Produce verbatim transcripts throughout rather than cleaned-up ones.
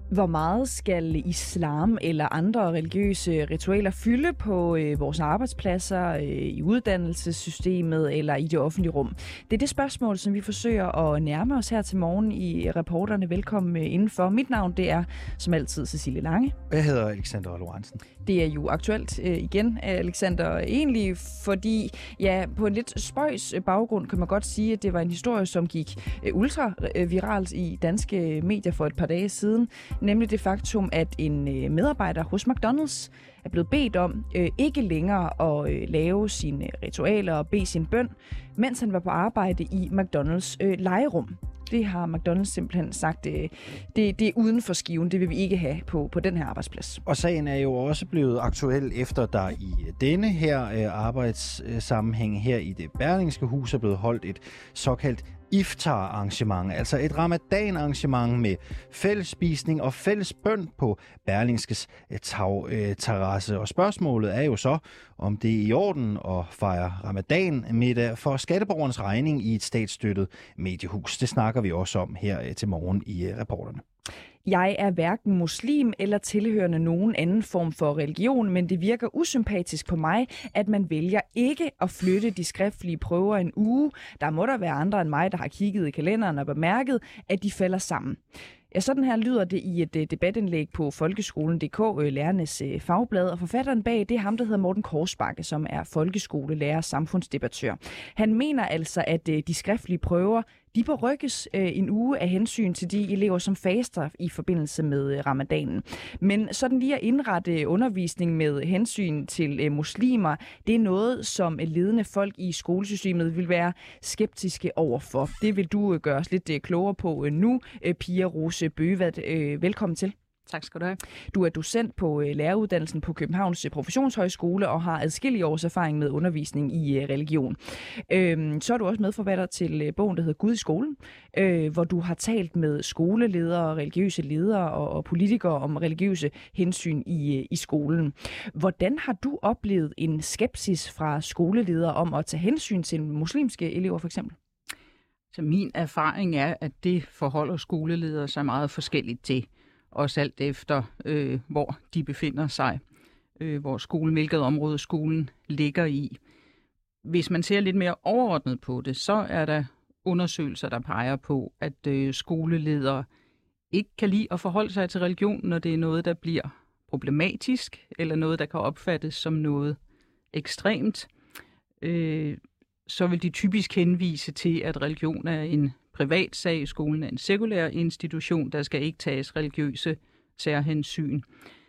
Hvor meget skal islam eller andre religiøse ritualer fylde på øh, vores arbejdspladser, øh, i uddannelsessystemet eller i det offentlige rum? Det er det spørgsmål, som vi forsøger at nærme os her til morgen i Reporterne. Velkommen indenfor. Mit navn det er som altid Cecilie Lange. Jeg hedder Alexander Lorentzen. Det er jo aktuelt øh, igen, Alexander, egentlig fordi, ja, på en lidt spøjs baggrund kan man godt sige, at det var en historie, som gik øh, ultra viralt i danske medier for et par dage siden. Nemlig det faktum, at en øh, medarbejder hos McDonald's er blevet bedt om øh, ikke længere at øh, lave sine ritualer og bede sin bøn, mens han var på arbejde i McDonald's øh, legerum. Det har McDonald's simpelthen sagt, øh, det, det er uden for skiven, det vil vi ikke have på, på den her arbejdsplads. Og sagen er jo også blevet aktuel, efter der i denne her øh, arbejdssammenhæng her i det Berlingske Hus er blevet holdt et såkaldt iftar-arrangement, altså et ramadan-arrangement med fællesspisning og fælles bøn på Berlingskes tagterrasse. Og spørgsmålet er jo så, om det er i orden at fejre ramadan-middag for skatteborgernes regning i et statsstøttet mediehus. Det snakker vi også om her til morgen i Reporterne. Jeg er hverken muslim eller tilhørende nogen anden form for religion, men det virker usympatisk på mig, at man vælger ikke at flytte de skriftlige prøver en uge. Der må der være andre end mig, der har kigget i kalenderen og bemærket, at de falder sammen. Ja, sådan her lyder det i et debatindlæg på folkeskolen punktum d k, lærernes fagblad, og forfatteren bag det er ham, der hedder Morten Korsbakke, som er folkeskolelærer og samfundsdebattør. Han mener altså, at de skriftlige prøver de bør rykkes en uge af hensyn til de elever, som faster i forbindelse med ramadanen. Men sådan lige at indrette undervisning med hensyn til muslimer, det er noget, som ledende folk i skolesystemet vil være skeptiske overfor. Det vil du gøre os lidt klogere på nu, Pia Rose Bøgevad. Velkommen til. Tak skal du have. Du er docent på læreruddannelsen på Københavns Professionshøjskole og har adskillige års erfaring med undervisning i religion. Så er du også medforfatter til bogen, der hedder Gud i skolen, hvor du har talt med skoleledere, religiøse ledere og politikere om religiøse hensyn i, i skolen. Hvordan har du oplevet en skepsis fra skoleledere om at tage hensyn til muslimske elever for eksempel? Så min erfaring er, at det forholder skoleledere sig meget forskelligt til. Også alt efter, øh, hvor de befinder sig, øh, hvor skolen, hvilket område skolen ligger i. Hvis man ser lidt mere overordnet på det, så er der undersøgelser, der peger på, at øh, skoleledere ikke kan lide at forholde sig til religion, når det er noget, der bliver problematisk, eller noget, der kan opfattes som noget ekstremt. Øh, så vil de typisk henvise til, at religion er en privat sag. Skolen er en sekulær institution, der skal ikke tages religiøse særhensyn.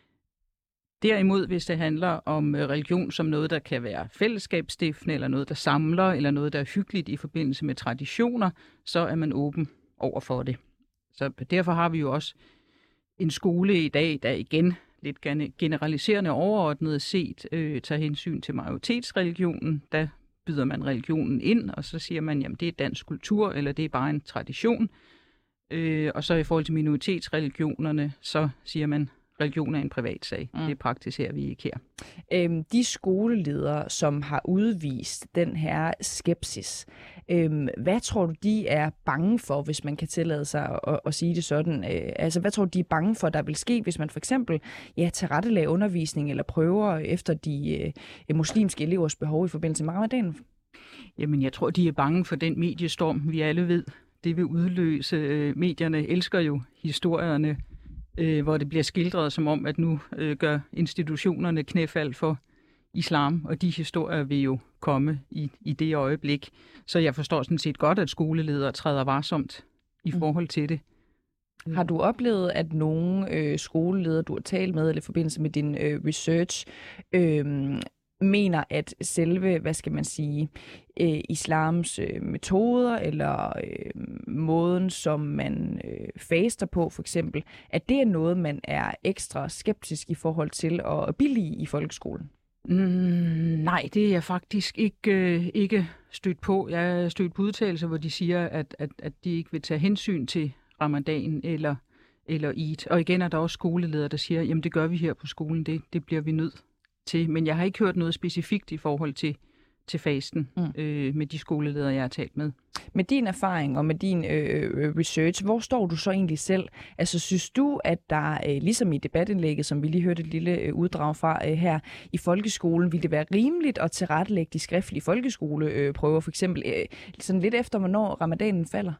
Derimod, hvis det handler om religion som noget, der kan være fællesskabsstiftende, eller noget, der samler, eller noget, der er hyggeligt i forbindelse med traditioner, så er man åben over for det. Så derfor har vi jo også en skole i dag, der igen lidt generaliserende overordnet set øh, tager hensyn til majoritetsreligionen, der byder man religionen ind, og så siger man, jamen det er dansk kultur, eller det er bare en tradition. Øh, og så i forhold til minoritetsreligionerne, så siger man, religion er en privatsag. Mm. Det praktiserer vi ikke her. Øhm, de skoleledere, som har udvist den her skepsis, øhm, hvad tror du, de er bange for, hvis man kan tillade sig at, at, at sige det sådan? Øh, altså, hvad tror du, de er bange for, der vil ske, hvis man for eksempel ja, tilrettelægger undervisning eller prøver efter de øh, muslimske elevers behov i forbindelse med ramadanen? Jamen, jeg tror, de er bange for den mediestorm, vi alle ved. Det vil udløse. Medierne elsker jo historierne, øh, hvor det bliver skildret som om, at nu øh, gør institutionerne knæfald for islam, og de historier vil jo komme i, i det øjeblik. Så jeg forstår sådan set godt, at skoleledere træder varsomt i forhold til det. Har du oplevet, at nogle øh, skoleledere, du har talt med, eller i forbindelse med din øh, research, øh, mener, at selve, hvad skal man sige, øh, islams øh, metoder, eller øh, måden, som man øh, faster på, for eksempel, at det er noget, man er ekstra skeptisk i forhold til at billige i folkeskolen? Mm, nej, det er jeg faktisk ikke, øh, ikke stødt på. Jeg er stødt på udtalelser, hvor de siger, at, at, at de ikke vil tage hensyn til ramadan eller, eller Eid. Og igen er der også skoleledere, der siger, jamen det gør vi her på skolen, det, det bliver vi nødt til. Men jeg har ikke hørt noget specifikt i forhold til, til fasten mm. øh, med de skoleledere, jeg har talt med. Med din erfaring og med din øh, research, hvor står du så egentlig selv? Altså, synes du, at der, øh, ligesom i debatindlægget, som vi lige hørte et lille øh, uddrag fra øh, her i folkeskolen, ville det være rimeligt at tilrettelægge de skriftlige folkeskoleprøver, øh, for eksempel øh, sådan lidt efter, hvornår ramadanen falder?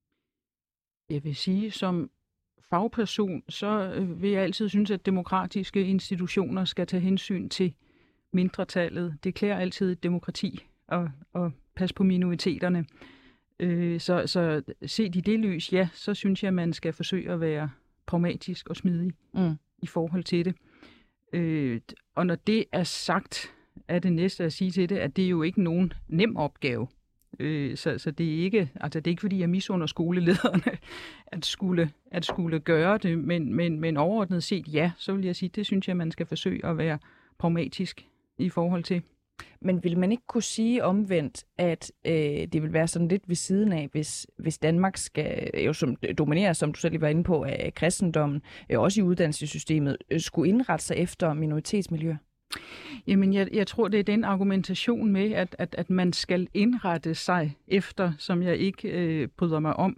Jeg vil sige, som fagperson, så øh, vil jeg altid synes, at demokratiske institutioner skal tage hensyn til mindretallet. Det klæder altid et demokrati at, at passe på minoriteterne. Øh, så, så set i det lys, ja, så synes jeg, at man skal forsøge at være pragmatisk og smidig mm. i forhold til det. Øh, og når det er sagt, er det næste at sige til det, at det er jo ikke nogen nem opgave. Øh, så, så det er ikke, altså det er ikke fordi jeg misunder skolelederne at skulle at skulle gøre det, men men men overordnet set ja, så vil jeg sige, det synes jeg man skal forsøge at være pragmatisk i forhold til. Men vil man ikke kunne sige omvendt, at øh, det vil være sådan lidt ved siden af, hvis, hvis Danmark skal jo som dominere, som du selv var inde på, af kristendommen, øh, også i uddannelsessystemet, øh, skulle indrette sig efter minoritetsmiljøer? Jamen, jeg, jeg tror, det er den argumentation med, at, at, at man skal indrette sig efter, som jeg ikke øh, bryder mig om.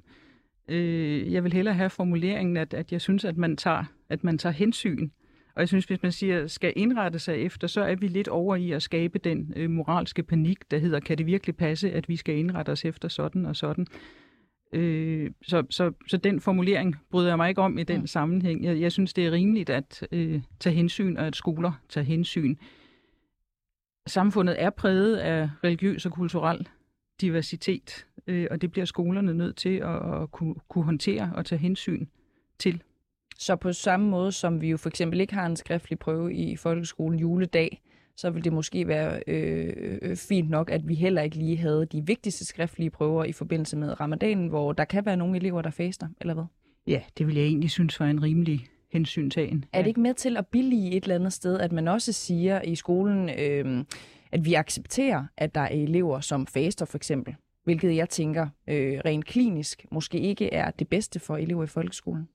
Øh, jeg vil hellere have formuleringen, at, at jeg synes, at man tager, at man tager hensyn. Og jeg synes, hvis man siger, skal indrette sig efter, så er vi lidt over i at skabe den øh, moralske panik, der hedder, kan det virkelig passe, at vi skal indrette os efter sådan og sådan. Øh, så, så, så den formulering bryder jeg mig ikke om i den mm. sammenhæng. Jeg, jeg synes, det er rimeligt at øh, tage hensyn, og at skoler tager hensyn. Samfundet er præget af religiøs og kulturel diversitet, øh, og det bliver skolerne nødt til at, at kunne, kunne håndtere og tage hensyn til. Så på samme måde, som vi jo for eksempel ikke har en skriftlig prøve i folkeskolen juledag, så vil det måske være øh, fint nok, at vi heller ikke lige havde de vigtigste skriftlige prøver i forbindelse med ramadanen, hvor der kan være nogle elever, der faster, eller hvad? Ja, det vil jeg egentlig synes var en rimelig hensyntagen. Er det ikke med til at billige et eller andet sted, at man også siger i skolen, øh, at vi accepterer, at der er elever, som faster for eksempel, hvilket jeg tænker øh, rent klinisk måske ikke er det bedste for elever i folkeskolen?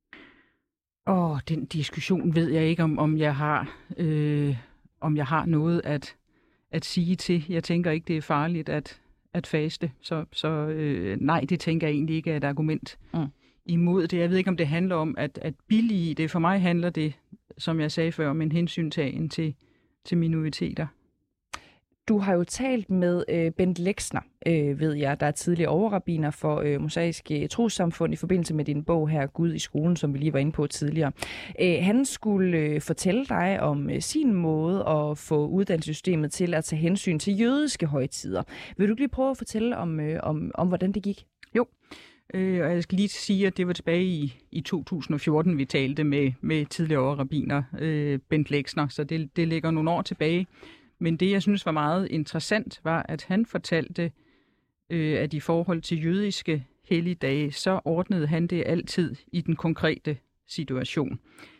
Åh, oh, den diskussion ved jeg ikke, om, om jeg har... Øh... om jeg har noget at, at sige til. Jeg tænker ikke, det er farligt at, at faste. Så, så øh, nej, det tænker jeg egentlig ikke er et argument mm. imod det. Jeg ved ikke, om det handler om at, at billige det. For mig handler det, som jeg sagde før, om en hensyntagen til, til minoriteter. Du har jo talt med øh, Bent Lexner, øh, ved jeg, der er tidligere overrabbiner for øh, Mosaiske Trossamfund i forbindelse med din bog her, Gud i skolen, som vi lige var inde på tidligere. Øh, han skulle øh, fortælle dig om øh, sin måde at få uddannelsessystemet til at tage hensyn til jødiske højtider. Vil du lige prøve at fortælle om, øh, om, om hvordan det gik? Jo, øh, og jeg skal lige sige, at det var tilbage i, i to tusind og fjorten, vi talte med, med tidligere overrabbiner, øh, Bent Lexner, så det, det ligger nogle år tilbage. Men det, jeg synes var meget interessant, var, at han fortalte, øh, at i forhold til jødiske helligdage, så ordnede han det altid i den konkrete situation.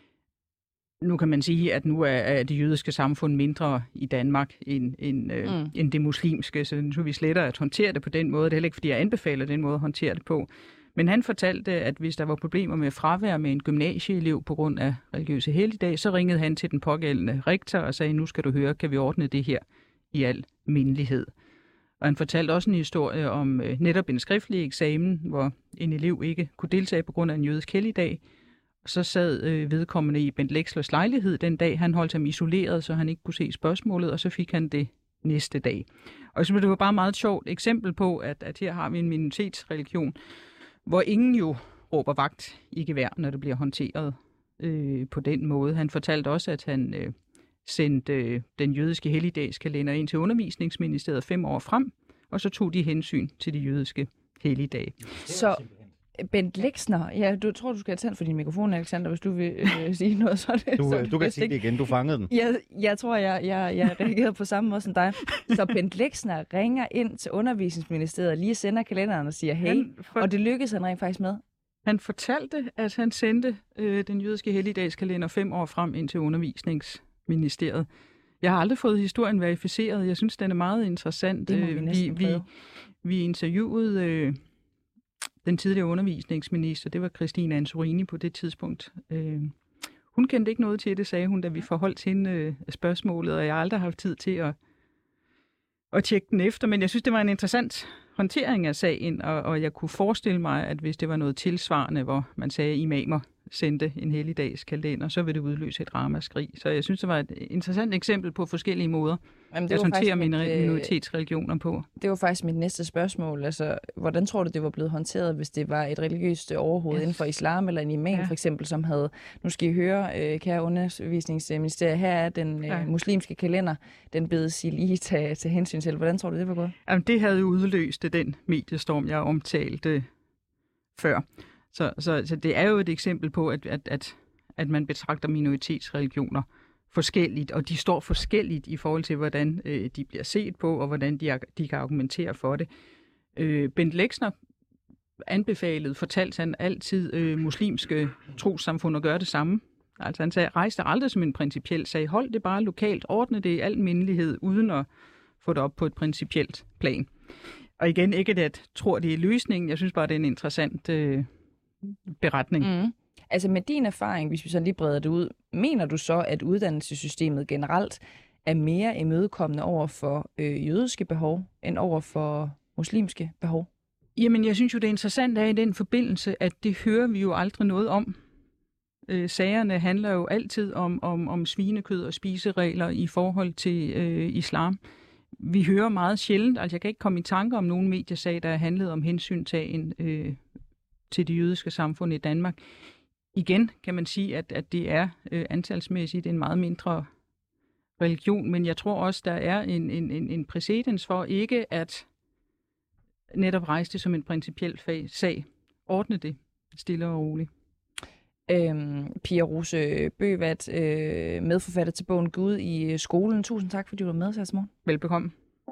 Nu kan man sige, at nu er, er det jødiske samfund mindre i Danmark end, end, øh, mm. end det muslimske, så nu er vi slettere at håndtere det på den måde. Det er heller ikke, fordi jeg anbefaler den måde at håndtere det på. Men han fortalte, at hvis der var problemer med fravær med en gymnasieelev på grund af religiøse helligdage, så ringede han til den pågældende rektor og sagde, nu skal du høre, kan vi ordne det her i al mindelighed. Og han fortalte også en historie om øh, netop en skriftlig eksamen, hvor en elev ikke kunne deltage på grund af en jødisk helligdag. Så sad øh, vedkommende i Bent Lexners lejlighed den dag. Han holdt ham isoleret, så han ikke kunne se spørgsmålet, og så fik han det næste dag. Og jeg synes, det var bare et meget sjovt eksempel på, at, at her har vi en minoritetsreligion, hvor ingen jo råber vagt i gevær, når det bliver håndteret øh, på den måde. Han fortalte også, at han øh, sendte øh, den jødiske helligdagskalender ind til Undervisningsministeriet fem år frem, og så tog de hensyn til de jødiske helligdage. Så Bent Lexner, ja, du tror, du skal have tændt for din mikrofon, Alexander, hvis du vil øh, sige noget sådan. Du, så, du kan sige det igen, du fangede den. Jeg, jeg tror, jeg, jeg, jeg reagerede på samme måde som dig. Så Bent Lexner ringer ind til Undervisningsministeriet og lige sender kalenderen og siger, hey, for... og det lykkedes han rent faktisk med. Han fortalte, at han sendte øh, den jødiske helligdagskalender fem år frem ind til Undervisningsministeriet. Jeg har aldrig fået historien verificeret. Jeg synes, den er meget interessant. Det må vi næsten vi, vi, vi interviewede... Øh, den tidligere undervisningsminister, det var Christina Antorini på det tidspunkt. Øh, hun kendte ikke noget til det, sagde hun, da vi forholdt hende øh, spørgsmålet, og jeg har aldrig haft tid til at, at tjekke den efter, men jeg synes, det var en interessant håndtering af sagen, og, og jeg kunne forestille mig, at hvis det var noget tilsvarende, hvor man sagde, at imamer sendte en helligdagskalender, så ville det udløse et ramaskrig. Så jeg synes, det var et interessant eksempel på forskellige måder Jamen, at håndtere mit, minoritetsreligioner på. Det var faktisk mit næste spørgsmål. Altså, hvordan tror du, det var blevet håndteret, hvis det var et religiøst overhoved yes. inden for islam, eller en imam ja. for eksempel, som havde, nu skal I høre, øh, kære undervisningsministeriet, her er den øh, ja. muslimske kalender, den bedes I lige tage til hensyn til. Hvordan tror du, det var gået? Jamen, det havde jo udløst den mediestorm, jeg omtalte før. Så, så, så det er jo et eksempel på, at, at, at, at man betragter minoritetsreligioner forskelligt, og de står forskelligt i forhold til, hvordan øh, de bliver set på, og hvordan de, de kan argumentere for det. Øh, Bent Lexner anbefalede, fortalte han altid øh, muslimske trossamfund at gøre det samme. Altså han sagde, rejs det aldrig som en principiel sag. Hold det bare lokalt, ordne det i al mindelighed, uden at få det op på et principielt plan. Og igen, ikke at jeg tror, det er løsningen. Jeg synes bare, det er en interessant øh, beretning. Mm. Altså med din erfaring, hvis vi så lige breder det ud, mener du så, at uddannelsessystemet generelt er mere imødekommende over for øh, jødiske behov, end over for muslimske behov? Jamen, jeg synes jo, det er interessant er i den forbindelse, at det hører vi jo aldrig noget om. Øh, sagerne handler jo altid om, om, om svinekød og spiseregler i forhold til øh, islam. Vi hører meget sjældent, altså jeg kan ikke komme i tanke om nogen mediesag, der handlede om hensyntagen øh, til det jødiske samfund i Danmark. Igen kan man sige, at, at det er øh, antalsmæssigt en meget mindre religion, men jeg tror også, der er en, en, en, en præcedens for ikke at netop rejse det som en principiel fag, sag. Ordne det stille og roligt. Øhm, Pia Rose Bøvat, øh, medforfatter til bogen Gud i skolen. Tusind tak, fordi du var med til os morgen. Velbekomme.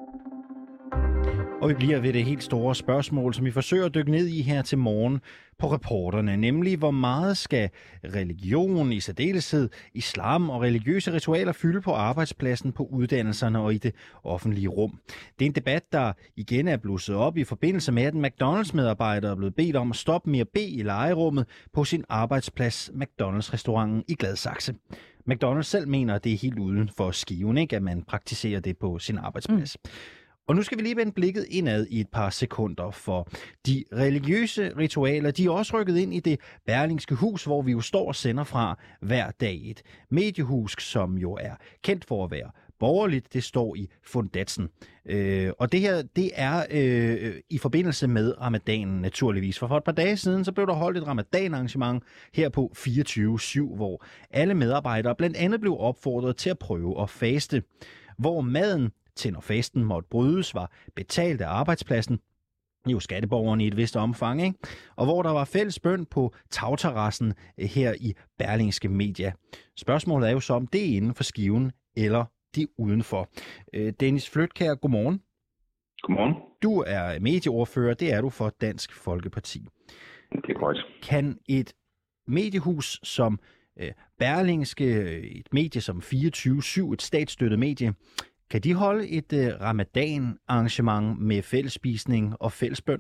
Og vi bliver ved det helt store spørgsmål, som vi forsøger at dykke ned i her til morgen på reporterne, nemlig hvor meget skal religion, i særdeleshed islam og religiøse ritualer fylde på arbejdspladsen, på uddannelserne og i det offentlige rum. Det er en debat, der igen er blusset op i forbindelse med, at en McDonald's-medarbejder er blevet bedt om at stoppe med at bede i lejerummet på sin arbejdsplads, McDonald's-restauranten i Gladsaxe. McDonald's selv mener, at det er helt uden for skiven, ikke, at man praktiserer det på sin arbejdsplads. Mm. Og nu skal vi lige vende blikket indad i et par sekunder, for de religiøse ritualer, de er også rykket ind i det Berlingske Hus, hvor vi jo står og sender fra hver dag. Et mediehus, som jo er kendt for at være borgerligt, det står i fundatsen. Øh, og det her, det er øh, i forbindelse med ramadanen naturligvis. For for et par dage siden, så blev der holdt et ramadan-arrangement her på fireogtyve syv, hvor alle medarbejdere blandt andet blev opfordret til at prøve at faste. Hvor maden til når fasten måtte brydes, var betalt af arbejdspladsen, jo skatteborgerne i et vist omfang, ikke? Og hvor der var fælles bøn på tagterrassen her i Berlingske Media. Spørgsmålet er jo så, om det er inden for skiven, eller det er udenfor. Dennis Fløtkjær, godmorgen. Godmorgen. Du er medieordfører, det er du for Dansk Folkeparti. Det er korrekt. Kan et mediehus som Berlingske, et medie som fireogtyve syv, et statsstøttet medie, kan de holde et uh, ramadan-arrangement med fællesspisning og fællesbøn?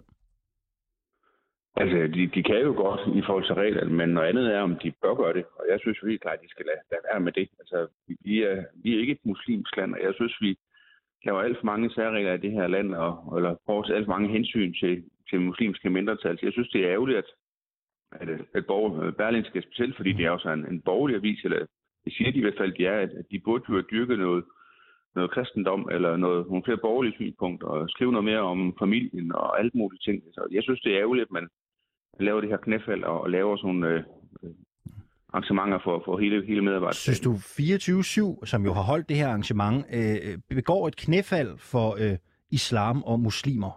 Altså, de, de kan jo godt i forhold til reglerne, men noget andet er, om de bør gøre det. Og jeg synes jo helt klart, at de skal lade, lade være med det. Altså, vi er, vi er ikke et muslimsk land, og jeg synes, vi laver alt for mange særregler i det her land, og, eller får alt for mange hensyn til, til muslimske mindretal. Jeg synes, det er ærgerligt, at, at, at borger, Berlingske er specielt, fordi det er også en, en borgerlig avis, eller det siger de i hvert fald, de er, at de burde jo have dyrket noget noget kristendom, eller noget, nogle flere borgerlige synspunkter, og skrive noget mere om familien og alt muligt ting. Så jeg synes, det er ærgerligt, at man laver det her knæfald og, og laver sådan nogle øh, arrangementer for, for hele, hele medarbejderne. Synes du, fireogtyve syv, som jo har holdt det her arrangement, øh, begår et knæfald for øh, islam og muslimer?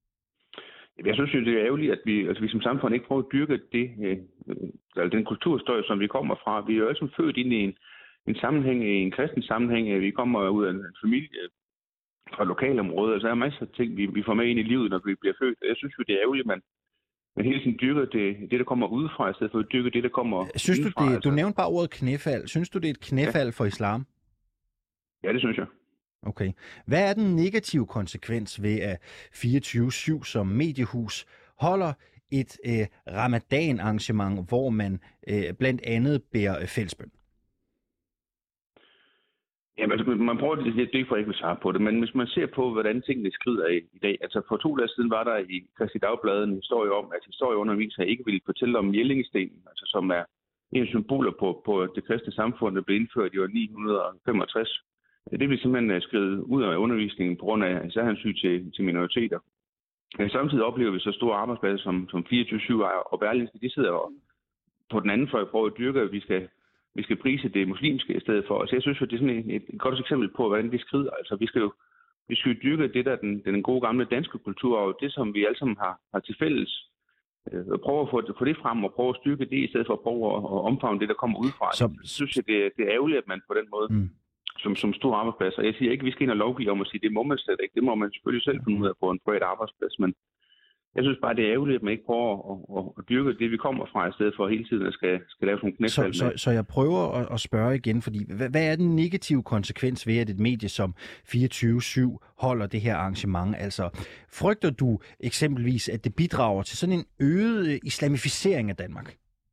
Jeg synes jo, det er ærgerligt, at vi, altså, vi som samfund ikke prøver at dyrke det, øh, altså den kulturhistorie, som vi kommer fra. Vi er jo altså født ind i en en sammenhæng, i en kristen sammenhæng. Vi kommer ud af en familie fra lokalområdet, og så er der masser af ting, vi, vi får med ind i livet, når vi bliver født. Jeg synes jo, det er ærgerligt, at man, man hele tiden dyrker det, det, der kommer udefra, i stedet for at dyrke det, der kommer Synes du, det, altså. Du nævnte bare ordet knæfald. Synes du, det er et knæfald ja. for islam? Ja, det synes jeg. Okay. Hvad er den negative konsekvens ved, at fireogtyve syv som mediehus holder et øh, ramadan-arrangement, hvor man øh, blandt andet bærer fællesbøn? Jamen, altså, man prøver det, det er ikke for ikke at svare på det, men hvis man ser på, hvordan tingene skrider i, i dag. Altså, for to dage siden var der i Kristi Dagblad en historie om, at historieundervisere ikke ville fortælle om Jellingstenen, altså, som er en af symboler på, på det kristne samfund, der blev indført i år ni hundrede femogtres. Det blev simpelthen skrevet ud af undervisningen på grund af særhensyn til, til minoriteter. Samtidig oplever vi så store arbejdspladser som, som fireogtyve syv og Berlingske, de sidder og på den anden fløj prøver at dyrke, at vi skal, vi skal prise det muslimske i stedet for. Altså jeg synes, at det er sådan et, et godt eksempel på, hvordan det skrider. Altså vi skal jo vi skal jo dyrke det der, den, den gode gamle danske kultur, og det som vi alle sammen har, har til fælles. Øh, prøve at få, få det frem og prøve at styrke det, i stedet for at prøve at, at omfavne det, der kommer udefra. Så jeg synes jeg, det, det er ærgerligt, at man på den måde, mm. som, som stor arbejdsplads, og jeg siger ikke, at vi skal ind og lovgive om at sige, det må man slet ikke. Det må man selvfølgelig selv finde ud af på en privat arbejdsplads, men jeg synes bare, det er ærgerligt, at man ikke prøver at, at, at dyrke det, vi kommer fra, i stedet for hele tiden at skal, skal lave sådan nogle knæfald. Så, så, så jeg prøver at, at spørge igen, fordi hvad, hvad er den negative konsekvens ved, at et medie som fireogtyve syv holder det her arrangement? Altså, frygter du eksempelvis, at det bidrager til sådan en øget islamificering af Danmark?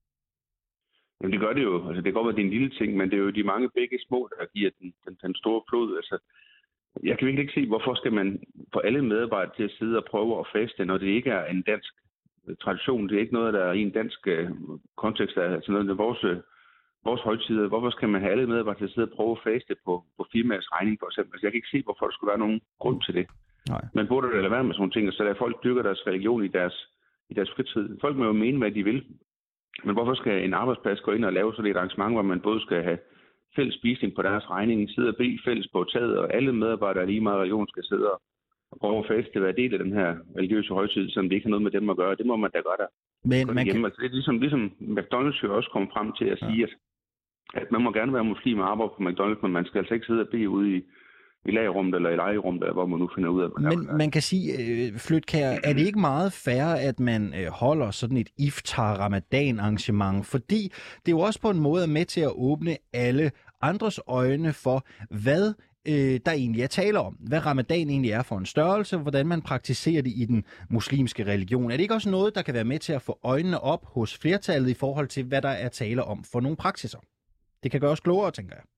Jamen, det gør det jo. Altså, det kan godt være, det er en lille ting, men det er jo de mange begge små, der giver den, den, den store flod. Altså, jeg kan virkelig ikke se, hvorfor skal man få alle medarbejdere til at sidde og prøve at faste, når det ikke er en dansk tradition. Det er ikke noget, der er i en dansk uh, kontekst. Altså noget af vores, uh, vores højtider. Hvorfor skal man have alle medarbejdere til at sidde og prøve at faste på, på firmaets regning, for eksempel? Altså, jeg kan ikke se, hvorfor der skulle være nogen grund til det. Nej. Man burde da lade være med sådan nogle ting, så lader folk dyrker deres religion i deres, i deres fritid. Folk må jo mene, hvad de vil. Men hvorfor skal en arbejdsplads gå ind og lave sådan et arrangement, hvor man både skal have fælles spisning på deres regning, sidde og bede fælles på taget, og alle medarbejdere lige meget religion skal sidde og prøve at faste til at være del af den her religiøse højtid, som det ikke har noget med dem at gøre. Det må man da gøre der. Men man kan... altså, det er ligesom, ligesom McDonald's jo også kom frem til at sige, ja. at, at man må gerne være muslim og arbejde på McDonald's, men man skal altså ikke sidde og bede ude i, i lagerummet eller i lejerummet, eller hvor man nu finder ud af, man Men man kan sige, øh, Flytkær, er det ikke meget fair, at man øh, holder sådan et iftar-ramadan-arrangement? Fordi det er jo også på en måde med til at åbne alle andres øjne for, hvad øh, der egentlig er tale om. Hvad ramadan egentlig er for en størrelse, hvordan man praktiserer det i den muslimske religion. Er det ikke også noget, der kan være med til at få øjnene op hos flertallet i forhold til, hvad der er tale om for nogle praksiser? Det kan gøre os klogere, tænker jeg.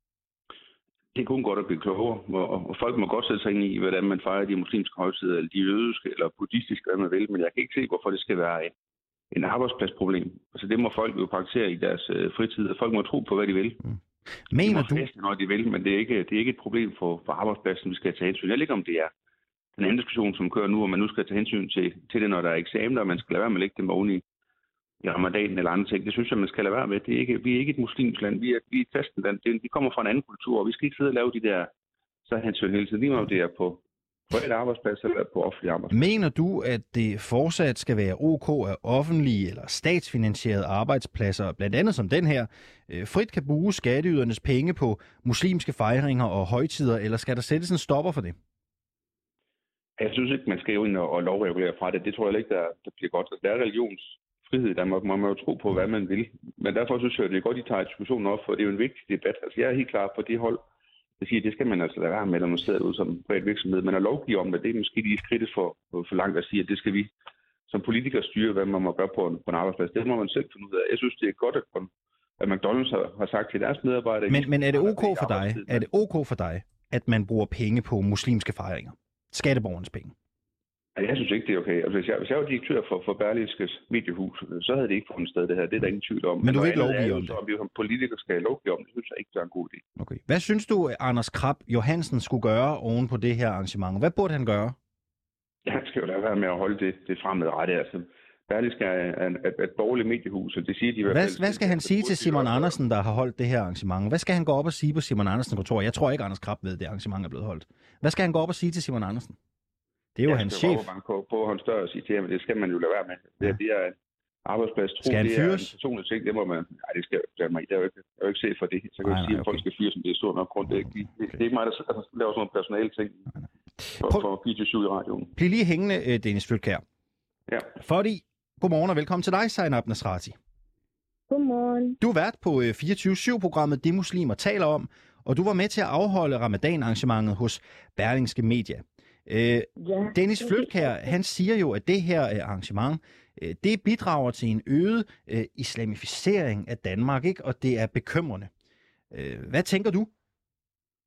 Det kunne godt at blive klogere, og folk må godt sætte sig ind i, hvordan man fejrer de muslimske højtider, eller de jødiske, eller buddhistiske, hvad man vil, men jeg kan ikke se, hvorfor det skal være en, en arbejdspladsproblem. Altså det må folk jo praktisere i deres øh, fritid, og folk må tro på, hvad de vil. Mm. Mener de må feste, når de vil, men det er ikke, det er ikke et problem for, for arbejdspladsen, vi skal tage hensyn. Jeg ved ikke, om det er den anden diskussion, som kører nu, og man nu skal tage hensyn til, til det, når der er eksamener, og man skal lade være med at lægge dem oven i i ramadanen eller andre ting. Det synes jeg, man skal lade være med. Det er ikke, vi er ikke et muslimsk land. Vi er, vi er et kristent land. Vi kommer fra en anden kultur, og vi skal ikke sidde og lave de der så hensyn hele tiden. Lige om det er på private arbejdspladser eller på offentlige arbejdspladser. Mener du, at det fortsat skal være ok at offentlige eller statsfinansierede arbejdspladser, blandt andet som den her, frit kan bruge skatteydernes penge på muslimske fejringer og højtider, eller skal der sættes en stopper for det? Jeg synes ikke, man skal jo ind og lovregulere fra det. Det tror jeg ikke, der, der bliver godt. Der er religions frihed i Danmark, må man jo tro på, hvad man vil. Men derfor synes jeg, at det er godt, at I tager diskussionen op, for det er jo en vigtig debat. Altså, jeg er helt klar på det hold, der siger, at det skal man altså lade være med, når man sidder ud som privat virksomhed. Men at lovgive om det, det er måske lige skridtet for, for langt at sige, at det skal vi som politikere styre, hvad man må gøre på en, på en arbejdsplads. Det må man selv finde ud af. Jeg synes, det er godt, at, at McDonald's har, har sagt til deres medarbejdere... Men, men er det ok for dig, er det ok for dig, at man bruger penge på muslimske fejringer? Skatteborgernes penge? Jeg synes ikke, det er okay. Altså, hvis, jeg, hvis jeg var direktør for, for Berlingskes mediehus, så havde det ikke fundet sted det her. Det er der ingen tvivl om. Men du vil ikke lovgive om det? Om vi som politikere skal lovgive om det, synes jeg ikke, det er en god idé. Okay. Hvad synes du, Anders Krab Johansen skulle gøre oven på det her arrangement? Hvad burde han gøre? Ja, han skal jo lade være med at holde det, det fremadrettet. Altså, Berlingske er et, et borgerligt mediehus, og det siger de i hvert fald... Hvad, hvad skal han sige til Simon Andersen, der har holdt det her arrangement? Hvad skal han gå op og sige på Simon Andersens kontor? Jeg tror ikke, Anders Krab ved, at det arrangement er blevet holdt. Hvad skal han gå op og sige til Simon Andersen? Det er jo ja, hans chef. På, på hans dør og sige til ham, det skal man jo lade være med. Det, ja. det er en arbejdsplads. Tro, skal han fyres? Det er en personlig ting, det må man... Nej, det skal jeg mig. Det er jo ikke, jeg er jo ikke set for det. Så kan jeg sige, at okay. folk skal fyres, som det er stor nok grund. Det er, okay. det, det er ikke mig, der altså, laver sådan nogle personale ting for, for fireogtyve syv i radioen. Bliv lige hængende, Dennis Flytkær. Ja. Fordi, godmorgen og velkommen til dig, Zainab Nasrati. Godmorgen. Du er vært på fireogtyve syv-programmet Det Muslimer taler om, og du var med til at afholde ramadan-arrangementet hos Berlingske Media. Øh, ja, Dennis Flytkær, han siger jo, at det her uh, arrangement, uh, det bidrager til en øget uh, islamificering af Danmark, ikke? Og det er bekymrende. Uh, hvad tænker du?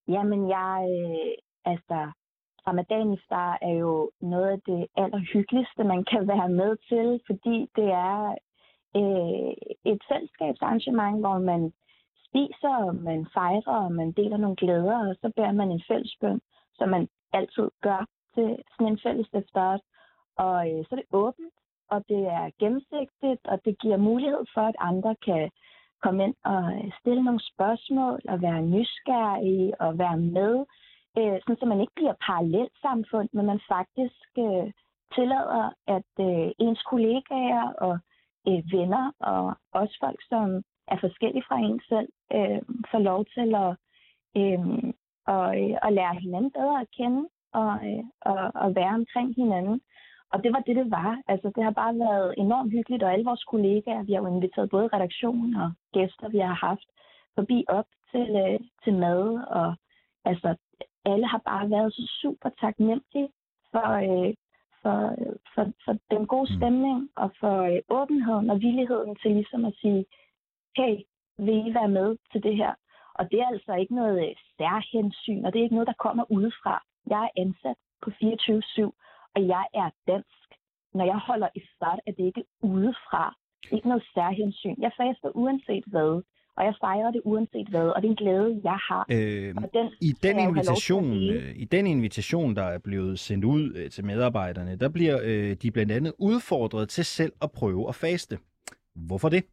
Jamen, jeg, øh, altså, Ramadan iftar er jo noget af det allerhyggeligste, man kan være med til, fordi det er øh, et selskabsarrangement, hvor man spiser, og man fejrer, og man deler nogle glæder, og så bærer man en fællesbøn, som man altid gør til sådan en fælles iftar. Og øh, så er det åbent, og det er gennemsigtigt, og det giver mulighed for, at andre kan komme ind og stille nogle spørgsmål, og være nysgerrige, og være med, øh, sådan så man ikke bliver parallelsamfund, men man faktisk øh, tillader, at øh, ens kollegaer og øh, venner, og også folk, som er forskellige fra en selv, øh, får lov til at, øh, og, øh, at lære hinanden bedre at kende, og, øh, og, og være omkring hinanden. Og det var det, det var. Altså, det har bare været enormt hyggeligt, og alle vores kollegaer, vi har jo inviteret både redaktionen og gæster, vi har haft forbi op til, øh, til mad, og altså, alle har bare været så super taknemmelige for, øh, for, for, for den gode stemning, og for øh, åbenheden og villigheden til ligesom at sige, hey, vil I være med til det her? Og det er altså ikke noget øh, særhensyn, og det er ikke noget, der kommer udefra. Jeg er ansat på fireogtyve syv, og jeg er dansk. Når jeg holder iftar, er det ikke udefra. Det er ikke noget særhensyn. Jeg faster uanset hvad, og jeg fejrer det uanset hvad, og det er en glæde, jeg har. Øh, og den, i, den invitation, øh, I den invitation, der er blevet sendt ud øh, til medarbejderne, der bliver øh, de blandt andet udfordret til selv at prøve at faste. Hvorfor det?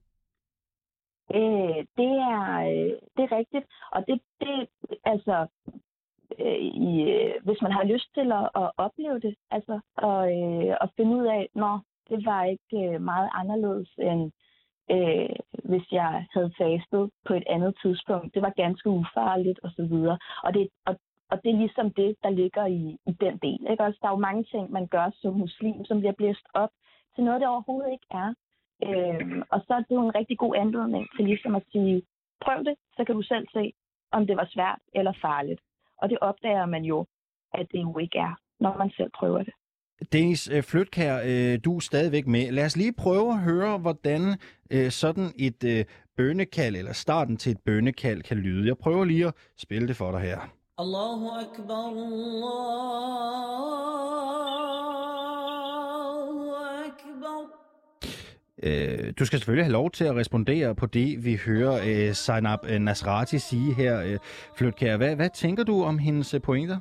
Øh, det, er, øh, det er rigtigt, og det, det altså... I, hvis man har lyst til at, at opleve det, altså og, øh, at finde ud af, nå, det var ikke meget anderledes end øh, hvis jeg havde fastet på et andet tidspunkt. Det var ganske ufarligt og så videre. Og det, og, og det er ligesom det, der ligger i, i den del. Ikke? Altså, der er jo mange ting, man gør som muslim, som bliver blæst op til noget, det overhovedet ikke er. Øh, og så er det jo en rigtig god anledning til ligesom at sige, prøv det, så kan du selv se, om det var svært eller farligt. Og det opdager man jo, at det jo ikke er, når man selv prøver det. Dennis Fløtkjær, du er stadigvæk med. Lad os lige prøve at høre, hvordan sådan et bønnekald, eller starten til et bønnekald, kan lyde. Jeg prøver lige at spille det for dig her. Allahu Akbar, Allahu Akbar. Du skal selvfølgelig have lov til at respondere på det, vi hører uh, Zainab Nasrati sige her, uh, Fløtkjær. Hvad, hvad tænker du om hendes pointer?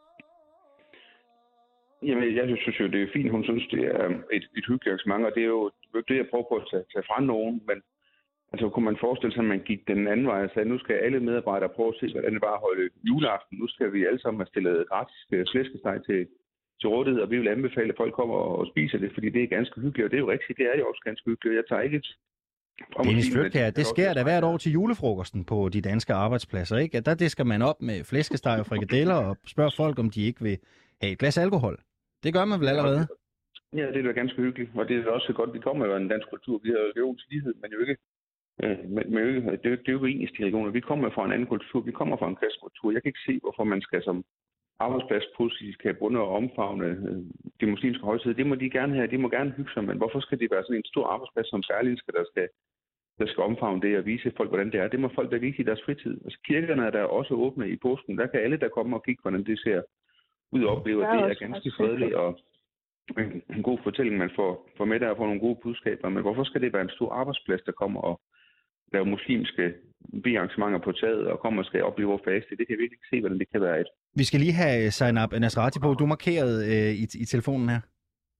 Jamen, jeg synes jo, det er fint. Hun synes, det er et, et hyggeligt arrangement, og det er jo det, jeg prøver på at tage, tage fra nogen. Men altså, kunne man forestille sig, at man gik den anden vej og sagde, nu skal alle medarbejdere prøve at se, hvordan det var at holde juleaften. Nu skal vi alle sammen have stillet gratis flæskesteg til til rådighed, og vi vil anbefale, at folk kommer og spiser det, fordi det er ganske hyggeligt, og det er jo rigtigt, det er jo også ganske hyggeligt. Jeg tager ikke... Dennis Fløtkjær, det sker da hvert år til julefrokosten på de danske arbejdspladser, ikke? Der disker man op med flæskesteg og frikadeller og spørger folk, om de ikke vil have et glas alkohol. Det gør man vel allerede? Ja, det er da ganske hyggeligt, og det er også godt, vi kommer jo af en dansk kultur. Vi har jo religions lighed, men jo ikke... Øh, men, men det, det, det er jo ikke eneste religioner. Vi kommer fra en anden kultur, vi kommer fra en klassekultur. Jeg kan ikke se, hvorfor man skal som arbejdsplads positivt kan bunde og omfavne de muslimske højtider. Det må de gerne have, de må gerne hygge sig, men hvorfor skal det være sådan en stor arbejdsplads som Berlingske, der skal, der skal omfavne det og vise folk, hvordan det er? Det må folk da vise i deres fritid. Altså, kirkerne er der også åbne i påsken. Der kan alle, der kommer og kigge, hvordan det ser ud og opleve, at det er ganske fredeligt og en, en god fortælling, man får, får med der og får nogle gode budskaber. Men hvorfor skal det være en stor arbejdsplads, der kommer og laver muslimske arrangementer på taget og kommer og skal opleve vores faste? Det kan jeg virkelig ikke se, hvordan det kan være et. Vi skal lige have Zainab Nasrati på. Du markerede øh, i, i telefonen her.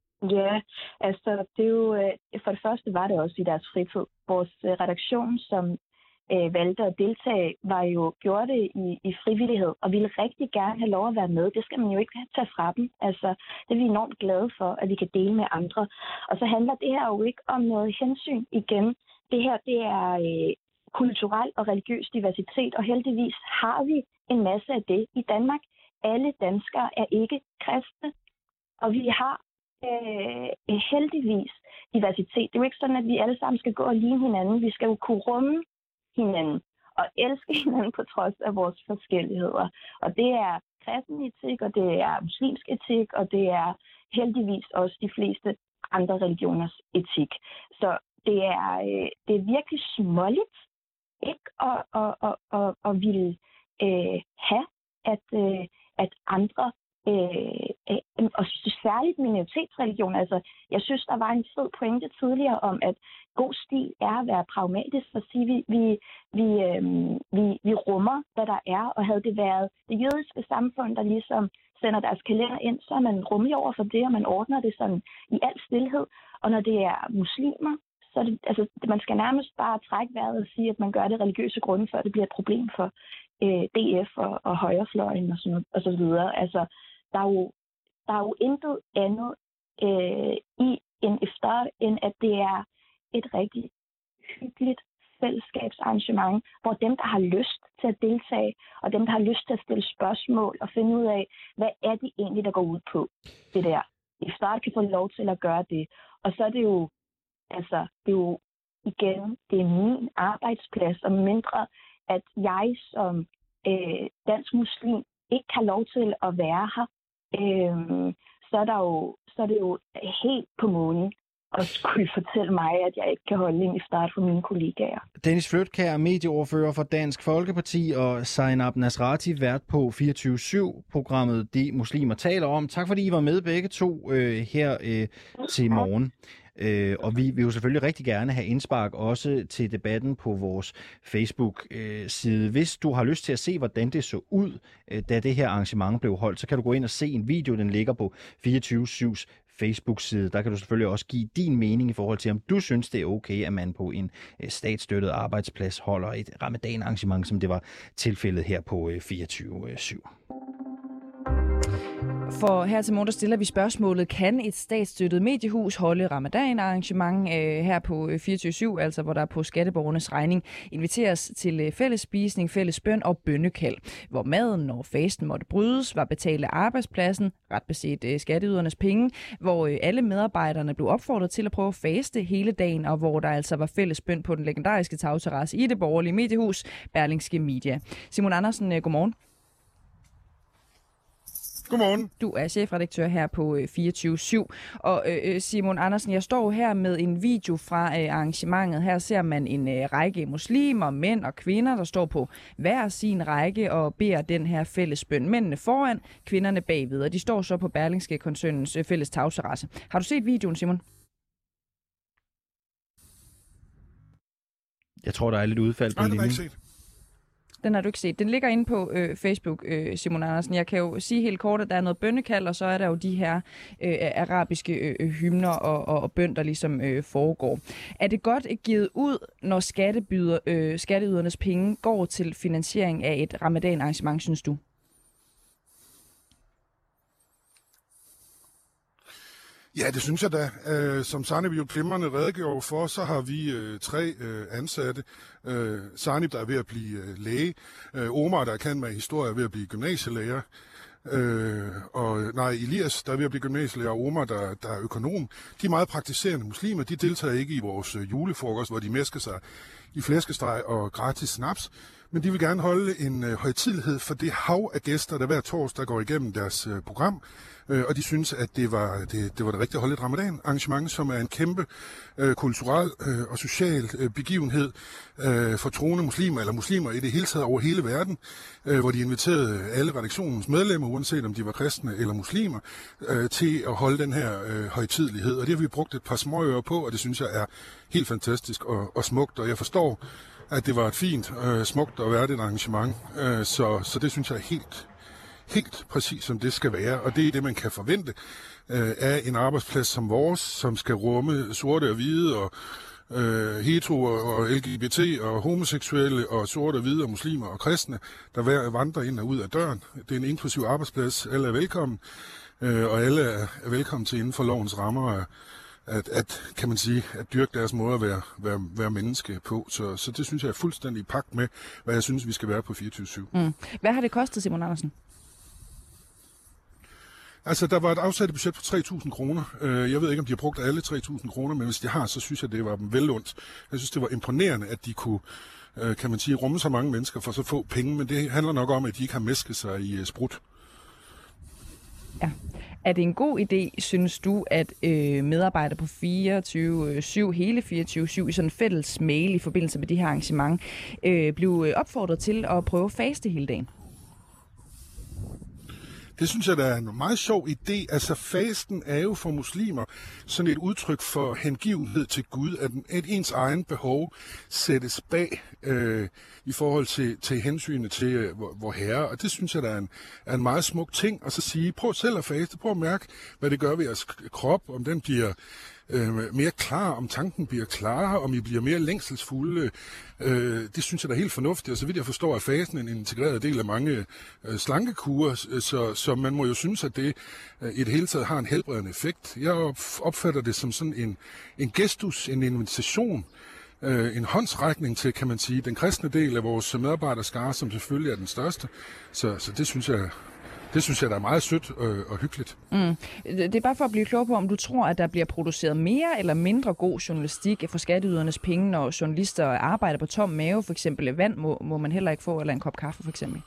Ja, altså det er jo, øh, for det første var det også i deres fritid. Vores øh, redaktion, som øh, valgte at deltage, var jo gjort det i, i frivillighed, og ville rigtig gerne have lov at være med. Det skal man jo ikke tage fra dem. Altså, det er vi enormt glade for, at vi kan dele med andre. Og så handler det her jo ikke om noget hensyn igen. Det her, det er øh, kulturel og religiøs diversitet, og heldigvis har vi en masse af det i Danmark. Alle danskere er ikke kristne, og vi har øh, heldigvis diversitet. Det er jo ikke sådan, at vi alle sammen skal gå og ligne hinanden. Vi skal jo kunne rumme hinanden og elske hinanden på trods af vores forskelligheder. Og det er kristen etik, og det er muslimsk etik, og det er heldigvis også de fleste andre religioners etik. Så det er, øh, det er virkelig småligt ikke at, at, at, at, at ville øh, have at, øh, at andre, øh, øh, og særligt minoritetsreligion, altså jeg synes, der var en fed pointe tidligere om, at god stil er at være pragmatisk og sige, vi, vi, vi, øh, vi, vi rummer, hvad der er, og havde det været det jødiske samfund, der ligesom sender deres kalender ind, så er man rummelig over for det, og man ordner det sådan i al stilhed. Og når det er muslimer, så er det, altså, man skal nærmest bare trække vejret og sige, at man gør det religiøse grunde, før det bliver et problem for øh, D F og, og højrefløjen og, sådan noget, og så videre. Altså, der er jo, der er jo intet andet øh, i en iftar, end at det er et rigtig hyggeligt fællesskabsarrangement, hvor dem, der har lyst til at deltage, og dem, der har lyst til at stille spørgsmål og finde ud af, hvad er det egentlig, der går ud på det der. Iftar kan få lov til at gøre det. Og så er det jo, altså, det er jo igen, det er min arbejdsplads, og mindre, at jeg som øh, dansk muslim ikke har lov til at være her, øh, så, er der jo, så er det jo helt på månen og skulle fortælle mig, at jeg ikke kan holde en iftar for mine kollegaer. Dennis Fløtkjær, medieordfører for Dansk Folkeparti, og Zainab Nasrati, vært på fireogtyve syv-programmet De Muslimer taler om. Tak fordi I var med begge to øh, her øh, til morgen. Øh, og vi vil jo selvfølgelig rigtig gerne have indspark også til debatten på vores Facebook-side. Hvis du har lyst til at se, hvordan det så ud, øh, da det her arrangement blev holdt, så kan du gå ind og se en video, den ligger på fireogtyve syvs Facebook-side. Der kan du selvfølgelig også give din mening i forhold til, om du synes, det er okay, at man på en statsstøttet arbejdsplads holder et ramadan-arrangement, som det var tilfældet her på fireogtyve syv. For her til morgen, der stiller vi spørgsmålet, kan et statsstøttet mediehus holde ramadan-arrangement øh, her på fireogtyve syv, altså hvor der på skatteborgernes regning inviteres til øh, fælles spisning, fælles bøn og bønnekald, hvor maden, når fasten måtte brydes, var betalt af arbejdspladsen, ret beset øh, skatteydernes penge, hvor øh, alle medarbejderne blev opfordret til at prøve at faste hele dagen, og hvor der altså var fælles bøn på den legendariske tagterrasse i det borgerlige mediehus, Berlingske Media. Simon Andersen, øh, godmorgen. Godmorgen. Du er chefredaktør her på fireogtyve syv. Og øh, Simon Andersen, jeg står her med en video fra øh, arrangementet. Her ser man en øh, række muslimer, mænd og kvinder, der står på hver sin række og beder den her fælles bøn. Mændene foran, kvinderne bagved, og de står så på Berlingske-koncernens øh, fælles tagterrasse. Har du set videoen, Simon? Jeg tror, der er lidt udfald på linjen. Den har du ikke set. Den ligger inde på øh, Facebook, øh, Simon Andersen. Jeg kan jo sige helt kort, at der er noget bønnekald, og så er der jo de her øh, arabiske øh, hymner og, og, og bøn, der ligesom øh, foregår. Er det godt givet ud, når skattebyder, øh, skatteydernes penge går til finansiering af et ramadan-arrangement, synes du? Ja, det synes jeg da. Øh, som Zainab jo glimrende redegjorde for, så har vi øh, tre øh, ansatte. Øh, Zainab, der er ved at blive øh, læge. Øh, Omar, der er kendt med historie, er ved at blive gymnasielærer. Øh, og nej, Elias, der er ved at blive gymnasielærer, og Omar, der, der er økonom. De er meget praktiserende muslimer. De deltager ikke i vores øh, julefrokost, hvor de mæsker sig i flæskesteg og gratis snaps. Men de vil gerne holde en øh, højtidelighed for det hav af gæster, der hver torsdag går igennem deres øh, program. Øh, og de synes, at det var det, det var det rigtige at holde et ramadan-arrangement, som er en kæmpe øh, kulturel øh, og social øh, begivenhed øh, for troende muslimer, eller muslimer i det hele taget over hele verden, øh, hvor de inviterede alle redaktionens medlemmer, uanset om de var kristne eller muslimer, øh, til at holde den her øh, højtidelighed. Og det har vi brugt et par småøre på, og det synes jeg er helt fantastisk og, og smukt, og jeg forstår, at det var et fint, øh, smukt og værdigt arrangement, øh, så, så det synes jeg er helt, helt præcis, som det skal være, og det er det, man kan forvente øh, af en arbejdsplads som vores, som skal rumme sorte og hvide og øh, hetero og L G B T og homoseksuelle og sorte og hvide og muslimer og kristne, der hver vandrer ind og ud af døren. Det er en inklusiv arbejdsplads, alle er velkommen, øh, og alle er velkommen til inden for lovens rammer At, at, kan man sige, at dyrke deres måde at være, være, være menneske på. Så, så det synes jeg er fuldstændig i pagt med, hvad jeg synes, vi skal være på fireogtyve syv. Mm. Hvad har det kostet, Simon Andersen? Altså, der var et afsat budget på tre tusind kroner. Jeg ved ikke, om de har brugt alle tre tusind kroner, men hvis de har, så synes jeg, det var dem velundt. Jeg synes, det var imponerende, at de kunne, kan man sige, rumme så mange mennesker for så få penge, men det handler nok om, at de ikke har mæsket sig i sprut. Ja. Er det en god idé, synes du, at øh, medarbejdere på fireogtyve syv, hele fireogtyve syv, i sådan en fælles mail i forbindelse med det her arrangement, øh, blev opfordret til at prøve at faste hele dagen? Det synes jeg, der er en meget sjov idé. Altså, fasten er jo for muslimer sådan et udtryk for hengivenhed til Gud, at, at ens egen behov sættes bag øh, i forhold til, til hensynet til øh, vor, vor herre. Og det synes jeg, der er en, er en meget smuk ting. Og så sige, prøv selv at faste, prøv at mærke, hvad det gør ved jeres krop, om den bliver øh, mere klar, om tanken bliver klarere, om I bliver mere længselsfulde. Øh, det synes jeg, der er helt fornuftigt. Og så vidt jeg forstår, er fasten en integreret del af mange øh, slankekurer, så, så man må jo synes, at det øh, i det hele taget har en helbredende effekt. Jeg opfatter det som sådan en, en gestus, en invitation, øh, en håndsrækning til, kan man sige, den kristne del af vores medarbejderskare, som selvfølgelig er den største. Så, så det synes jeg... Det synes jeg, der er meget sødt øh, og hyggeligt. Mm. Det er bare for at blive klog på, om du tror, at der bliver produceret mere eller mindre god journalistik for skatteydernes penge, når journalister arbejder på tom mave. For eksempel vand må, må man heller ikke få, eller en kop kaffe for eksempel.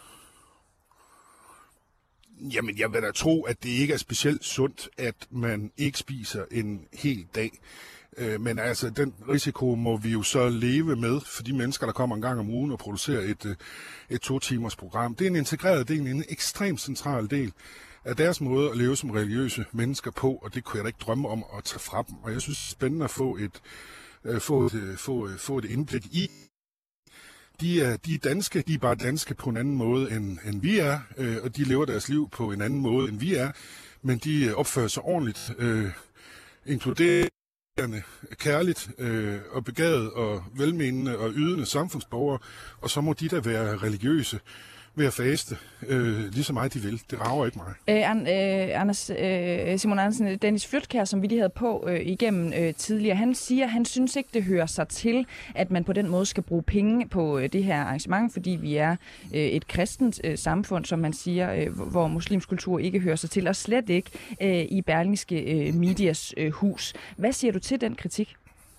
Jamen, jeg vil da tro, at det ikke er specielt sundt, at man ikke spiser en hel dag. Men altså, den risiko må vi jo så leve med for de mennesker, der kommer en gang om ugen og producerer et, et to-timers program. Det er en integreret del, en ekstremt central del af deres måde at leve som religiøse mennesker på, og det kunne jeg da ikke drømme om at tage fra dem. Og jeg synes, det er spændende at få et, få et, få, få et indblik i. De er, de er danske, de er bare danske på en anden måde, end, end vi er, og de lever deres liv på en anden måde, end vi er, men de opfører sig ordentligt, øh, inkluderer kærligt øh, og begavet og velmenende og ydende samfundsborgere, og så må de da være religiøse ved at faste, øh, lige så meget de vil. Det rager ikke mig. Øh, An, øh, Anders, øh, Simon Andersen, Dennis Flydtkjær, som vi lige havde på øh, igennem øh, tidligere, han siger, han synes ikke, det hører sig til, at man på den måde skal bruge penge på øh, det her arrangement, fordi vi er øh, et kristent øh, samfund, som man siger, øh, hvor muslimsk kultur ikke hører sig til, og slet ikke øh, i Berlingske øh, Medias øh, hus. Hvad siger du til den kritik?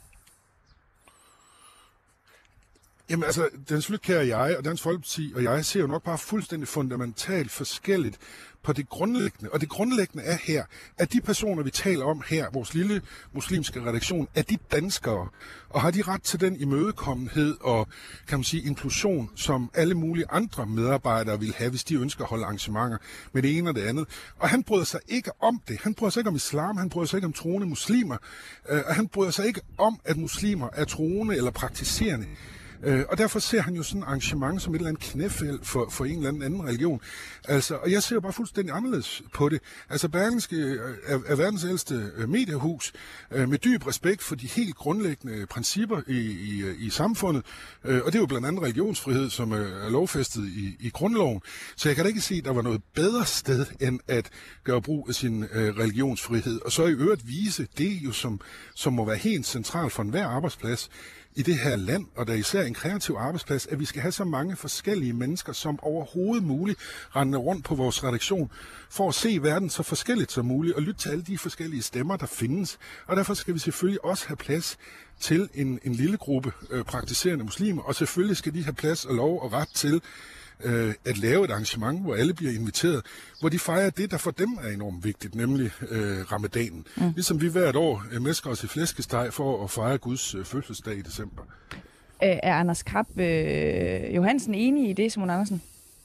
Jamen altså, Dennis Flydtkjær og jeg, og Dansk Folkeparti og jeg, ser jo nok bare fuldstændig fundamentalt forskelligt på det grundlæggende. Og det grundlæggende er her, at de personer, vi taler om her, vores lille muslimske redaktion, er de danskere, og har de ret til den imødekommenhed og, kan man sige, inklusion, som alle mulige andre medarbejdere vil have, hvis de ønsker at holde arrangementer med det ene og det andet. Og han bryder sig ikke om det. Han bryder sig ikke om islam, han bryder sig ikke om troende muslimer, og han bryder sig ikke om, at muslimer er troende eller praktiserende. Øh, og derfor ser han jo sådan et arrangement som et eller andet knæfald for, for en eller anden anden religion. Altså, og jeg ser jo bare fuldstændig anderledes på det. Altså, Berlingske er, er verdens ældste mediehus øh, med dyb respekt for de helt grundlæggende principper i, i, i samfundet. Øh, og det er jo blandt andet religionsfrihed, som er lovfæstet i, i grundloven. Så jeg kan da ikke se, at der var noget bedre sted, end at gøre brug af sin øh, religionsfrihed. Og så i øvrigt vise det jo, som, som må være helt centralt for enhver arbejdsplads i det her land, og der er især en kreativ arbejdsplads, at vi skal have så mange forskellige mennesker, som overhovedet muligt render rundt på vores redaktion, for at se verden så forskelligt som muligt, og lytte til alle de forskellige stemmer, der findes. Og derfor skal vi selvfølgelig også have plads til en, en lille gruppe øh, praktiserende muslimer, og selvfølgelig skal de have plads og lov og ret til øh, at lave et arrangement, hvor alle bliver inviteret, hvor de fejrer det, der for dem er enormt vigtigt, nemlig øh, ramadanen. Mm. Ligesom vi hvert år øh, mæsker os i flæskesteg for at fejre Guds øh, fødselsdag i december. Øh, er Anders Krab øh, Johansen enig i det, Simon Andersen?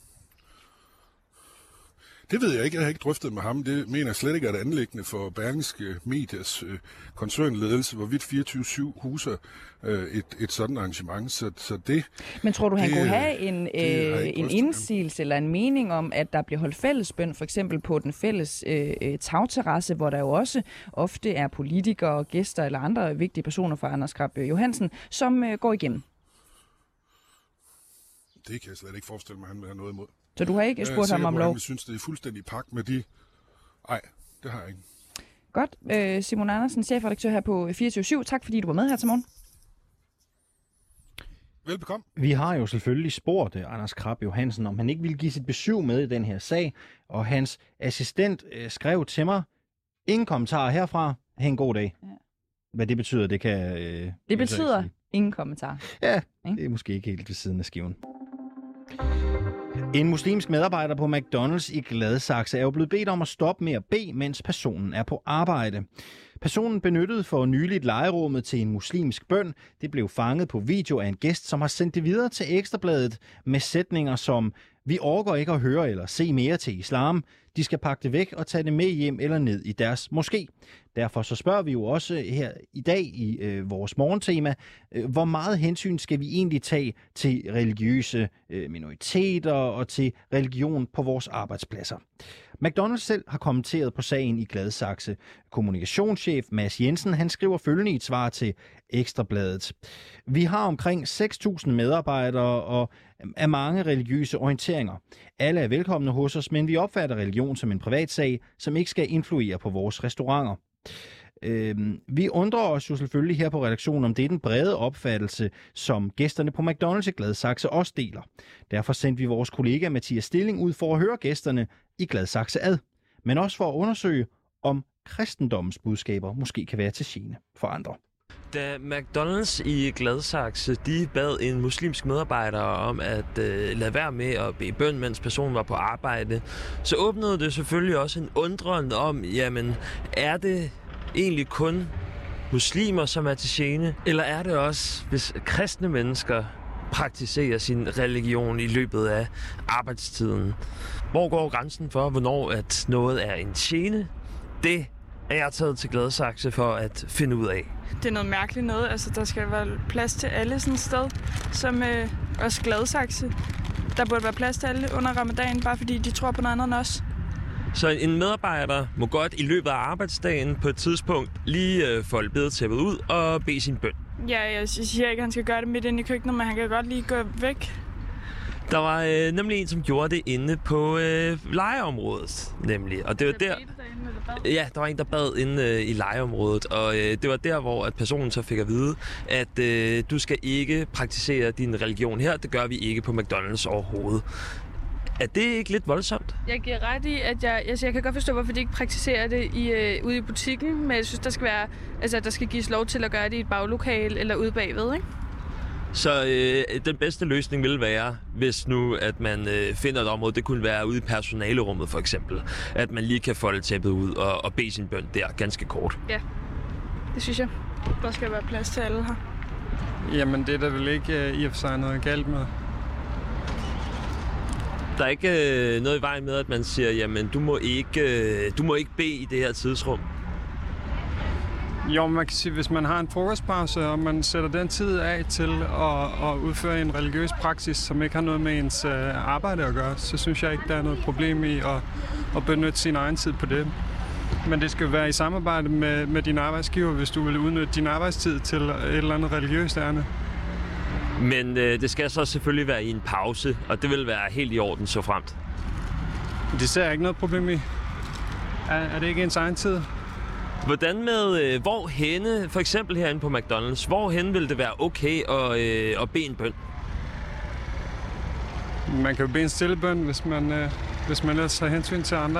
Det ved jeg ikke. Jeg har ikke drøftet med ham. Det mener jeg slet ikke er et anliggende for Berlingske Medias øh, koncernledelse, hvorvidt fireogtyve syv huser øh, et, et sådan arrangement. Så, så det, Men tror du, han det, kunne have en, øh, en indsigelse eller en mening om, at der bliver holdt fællesbøn, for eksempel på den fælles øh, tagterrasse, hvor der jo også ofte er politikere, gæster eller andre vigtige personer fra Anders Krab Johansen, som øh, går igennem? Det kan jeg slet ikke forestille mig, at han vil have noget imod. Så du har ikke spurgt ham om lov? Jeg synes, det er fuldstændig pak med de... Nej, det har jeg ikke. Godt. Øh, Simon Andersen, chefredaktør her på fireogtyve syv. Tak fordi du var med her til morgen. Velbekomme. Vi har jo selvfølgelig spurgt uh, Anders Krab Johansen, om han ikke ville give sit besøg med i den her sag, og hans assistent uh, skrev til mig, ingen kommentarer herfra, ha' en god dag. Ja. Hvad det betyder, det kan... Uh, det betyder ingen kommentarer. Ja, det er måske ikke helt ved siden af skiven. En muslimsk medarbejder på McDonald's i Gladsaxe er jo blevet bedt om at stoppe med at bede, mens personen er på arbejde. Personen benyttede for nyligt lejerummet til en muslimsk bøn. Det blev fanget på video af en gæst, som har sendt det videre til Ekstrabladet med sætninger som: "Vi orker ikke at høre eller se mere til islam. De skal pakke det væk og tage det med hjem eller ned i deres moské." Derfor så spørger vi jo også her i dag i øh, vores morgentema, øh, hvor meget hensyn skal vi egentlig tage til religiøse øh, minoriteter og til religion på vores arbejdspladser. McDonald's selv har kommenteret på sagen i Gladsaxe. Kommunikationschef Mads Jensen, han skriver følgende i et svar til Ekstrabladet: "Vi har omkring seks tusind medarbejdere og af mange religiøse orienteringer. Alle er velkomne hos os, men vi opfatter religion som en privatsag, som ikke skal influere på vores restauranter. Øhm, vi undrer os jo selvfølgelig her på redaktionen, om det er den brede opfattelse, som gæsterne på McDonald's i Gladsaxe også deler. Derfor sendte vi vores kollega Mathias Stilling ud for at høre gæsterne i Gladsaxe ad, men også for at undersøge, om kristendommens budskaber måske kan være til gene for andre." Da McDonald's i Gladsaxe, de bad en muslimsk medarbejder om at øh, lade være med at bede bøn, mens personen var på arbejde, så åbnede det selvfølgelig også en undren om, jamen, er det egentlig kun muslimer, som er til gene, eller er det også, hvis kristne mennesker praktiserer sin religion i løbet af arbejdstiden? Hvor går grænsen for, hvornår at noget er en gene? Det er jeg taget til Gladsaxe for at finde ud af. Det er noget mærkeligt noget. Altså, der skal være plads til alle sådan et sted, som øh, også Gladsaxe. Der burde være plads til alle under ramadan, bare fordi de tror på noget andet end os. Så en medarbejder må godt i løbet af arbejdsdagen på et tidspunkt lige øh, folde bedetæppet ud og bede sin bøn. Ja, jeg siger ikke, at han skal gøre det midt inde i køkkenet, men han kan godt lige gå væk. Der var øh, nemlig en, som gjorde det inde på øh, lejeområdet, nemlig. Og det var der... Ja, der var en, der bad inde øh, i lejeområdet, og øh, det var der, hvor at personen så fik at vide, at øh, du skal ikke praktisere din religion her. Det gør vi ikke på McDonald's overhovedet. Er det ikke lidt voldsomt? Jeg giver ret i, at jeg, altså jeg kan godt forstå, hvorfor de ikke praktiserer det i, øh, ude i butikken, men jeg synes, der skal være, altså der skal gives lov til at gøre det i et baglokal eller ude bagved, ikke? Så øh, den bedste løsning ville være, hvis nu at man øh, finder et område, det kunne være ude i personalerummet for eksempel, at man lige kan folde tæppet ud og, og bede sin bøn der ganske kort. Ja, det synes jeg. Der skal være plads til alle her. Jamen det er der vel ikke øh, i og for sig noget galt med. Der er ikke øh, noget i vejen med, at man siger, jamen du må ikke, øh, du må ikke bede i det her tidsrum. Jo, man kan sige, hvis man har en frokostpause, og man sætter den tid af til at, at udføre en religiøs praksis, som ikke har noget med ens øh, arbejde at gøre, så synes jeg ikke, der er noget problem i at, at benytte sin egen tid på det. Men det skal være i samarbejde med, med din arbejdsgiver, hvis du vil udnytte din arbejdstid til et eller andet religiøst ærne. Men øh, det skal så selvfølgelig være i en pause, og det vil være helt i orden så fremt. Det ser jeg ikke noget problem i. Er, er det ikke ens egen tid? Hvordan med, øh, hvor henne, for eksempel herinde på McDonald's, hvor henne vil det være okay at, øh, at bede en bøn? Man kan jo bede en stille bøn, hvis man, øh, hvis man ellers har hensyn til andre.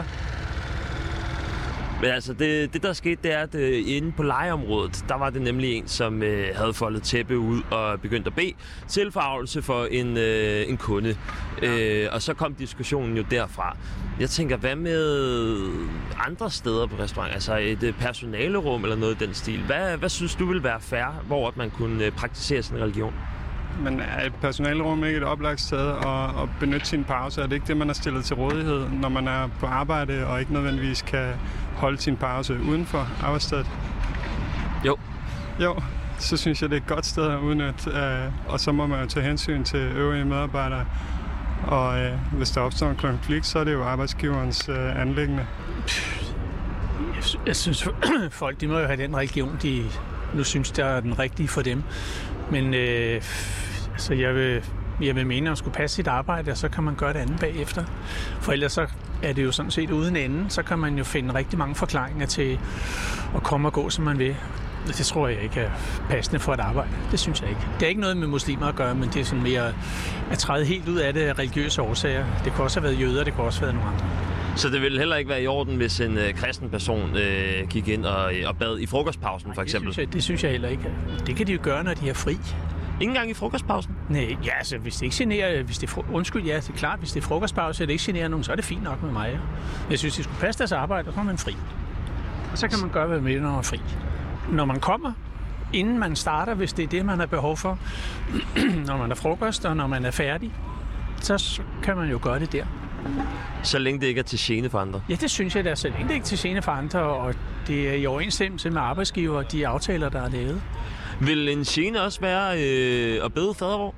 Men altså, det, det der skete, det er, at øh, inde på lejeområdet, der var det nemlig en, som øh, havde foldet tæppe ud og begyndt at bede til forargelse for en, øh, en kunde. Øh, og så kom diskussionen jo derfra. Jeg tænker, hvad med andre steder på restaurant? Altså et personalerum eller noget i den stil. Hvad, hvad synes du vil være fair, hvor man kunne praktisere sin religion? Men er et personalerum ikke et oplagt sted at, at benytte sin pause? Er det ikke det, man er stillet til rådighed, når man er på arbejde og ikke nødvendigvis kan holde sin pause uden for arbejdsstedet? Jo. Jo, så synes jeg, det er et godt sted at udnytte, og så må man jo tage hensyn til øvrige medarbejdere. Og øh, hvis der opstår en konflikt, så er det jo arbejdsgiverens øh, anliggende. Jeg, jeg synes, folk de må jo have den religion, de nu synes, der er den rigtige for dem. Men øh, altså, jeg, vil, jeg vil mene, at man skulle passe sit arbejde, og så kan man gøre det andet bagefter. For ellers så er det jo sådan set uden ende, så kan man jo finde rigtig mange forklaringer til at komme og gå, som man vil. Det tror jeg ikke er passende for et arbejde. Det synes jeg ikke. Det er ikke noget med muslimer at gøre, men det er sådan mere at træde helt ud af det af religiøse årsager. Det kan også have været jøder, det kan også have været nogle andre. Så det ville heller ikke være i orden, hvis en øh, kristen person øh, gik ind og, og bad i frostpausen, for eksempel? Det synes, jeg, det synes jeg heller ikke. Det kan de jo gøre, når de er fri. Ikke engang i frokostpausen? Nej, ja, altså hvis det ikke generer, hvis det fro- undskyld, ja, det er klart, hvis det er frokostpause, og det ikke generer nogen, så er det fint nok med mig. Ja. Jeg synes, de skulle passe deres arbejde, og så er man fri. Og så kan man gøre, hvad man vil, når man er fri. Når man kommer, inden man starter, hvis det er det, man har behov for, når man er frokost, og når man er færdig, så kan man jo gøre det der. Så længe det ikke er til gene for andre? Ja, det synes jeg, det er. Så længe det ikke er til gene for andre, og det er i overensstemmelse med arbejdsgiver og de aftaler, der er lavet. Vil en gene også være øh, at bede fadervor?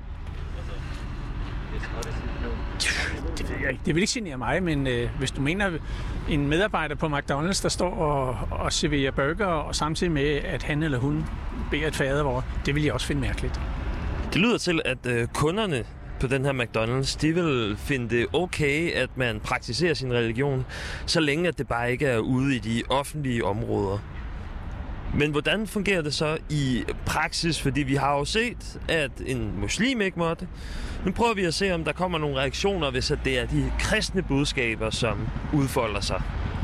Det ved jeg ikke. Det vil ikke genere mig, men øh, hvis du mener en medarbejder på McDonald's, der står og, og serverer burger, og samtidig med, at han eller hun beder et fadervor, det vil jeg også finde mærkeligt. Det lyder til, at øh, kunderne på den her McDonald's, de vil finde det okay, at man praktiserer sin religion, så længe at det bare ikke er ude i de offentlige områder. Men hvordan fungerer det så i praksis? Fordi vi har jo set, at en muslim ikke måtte. Nu prøver vi at se, om der kommer nogle reaktioner, hvis det er de kristne budskaber, som udfolder sig.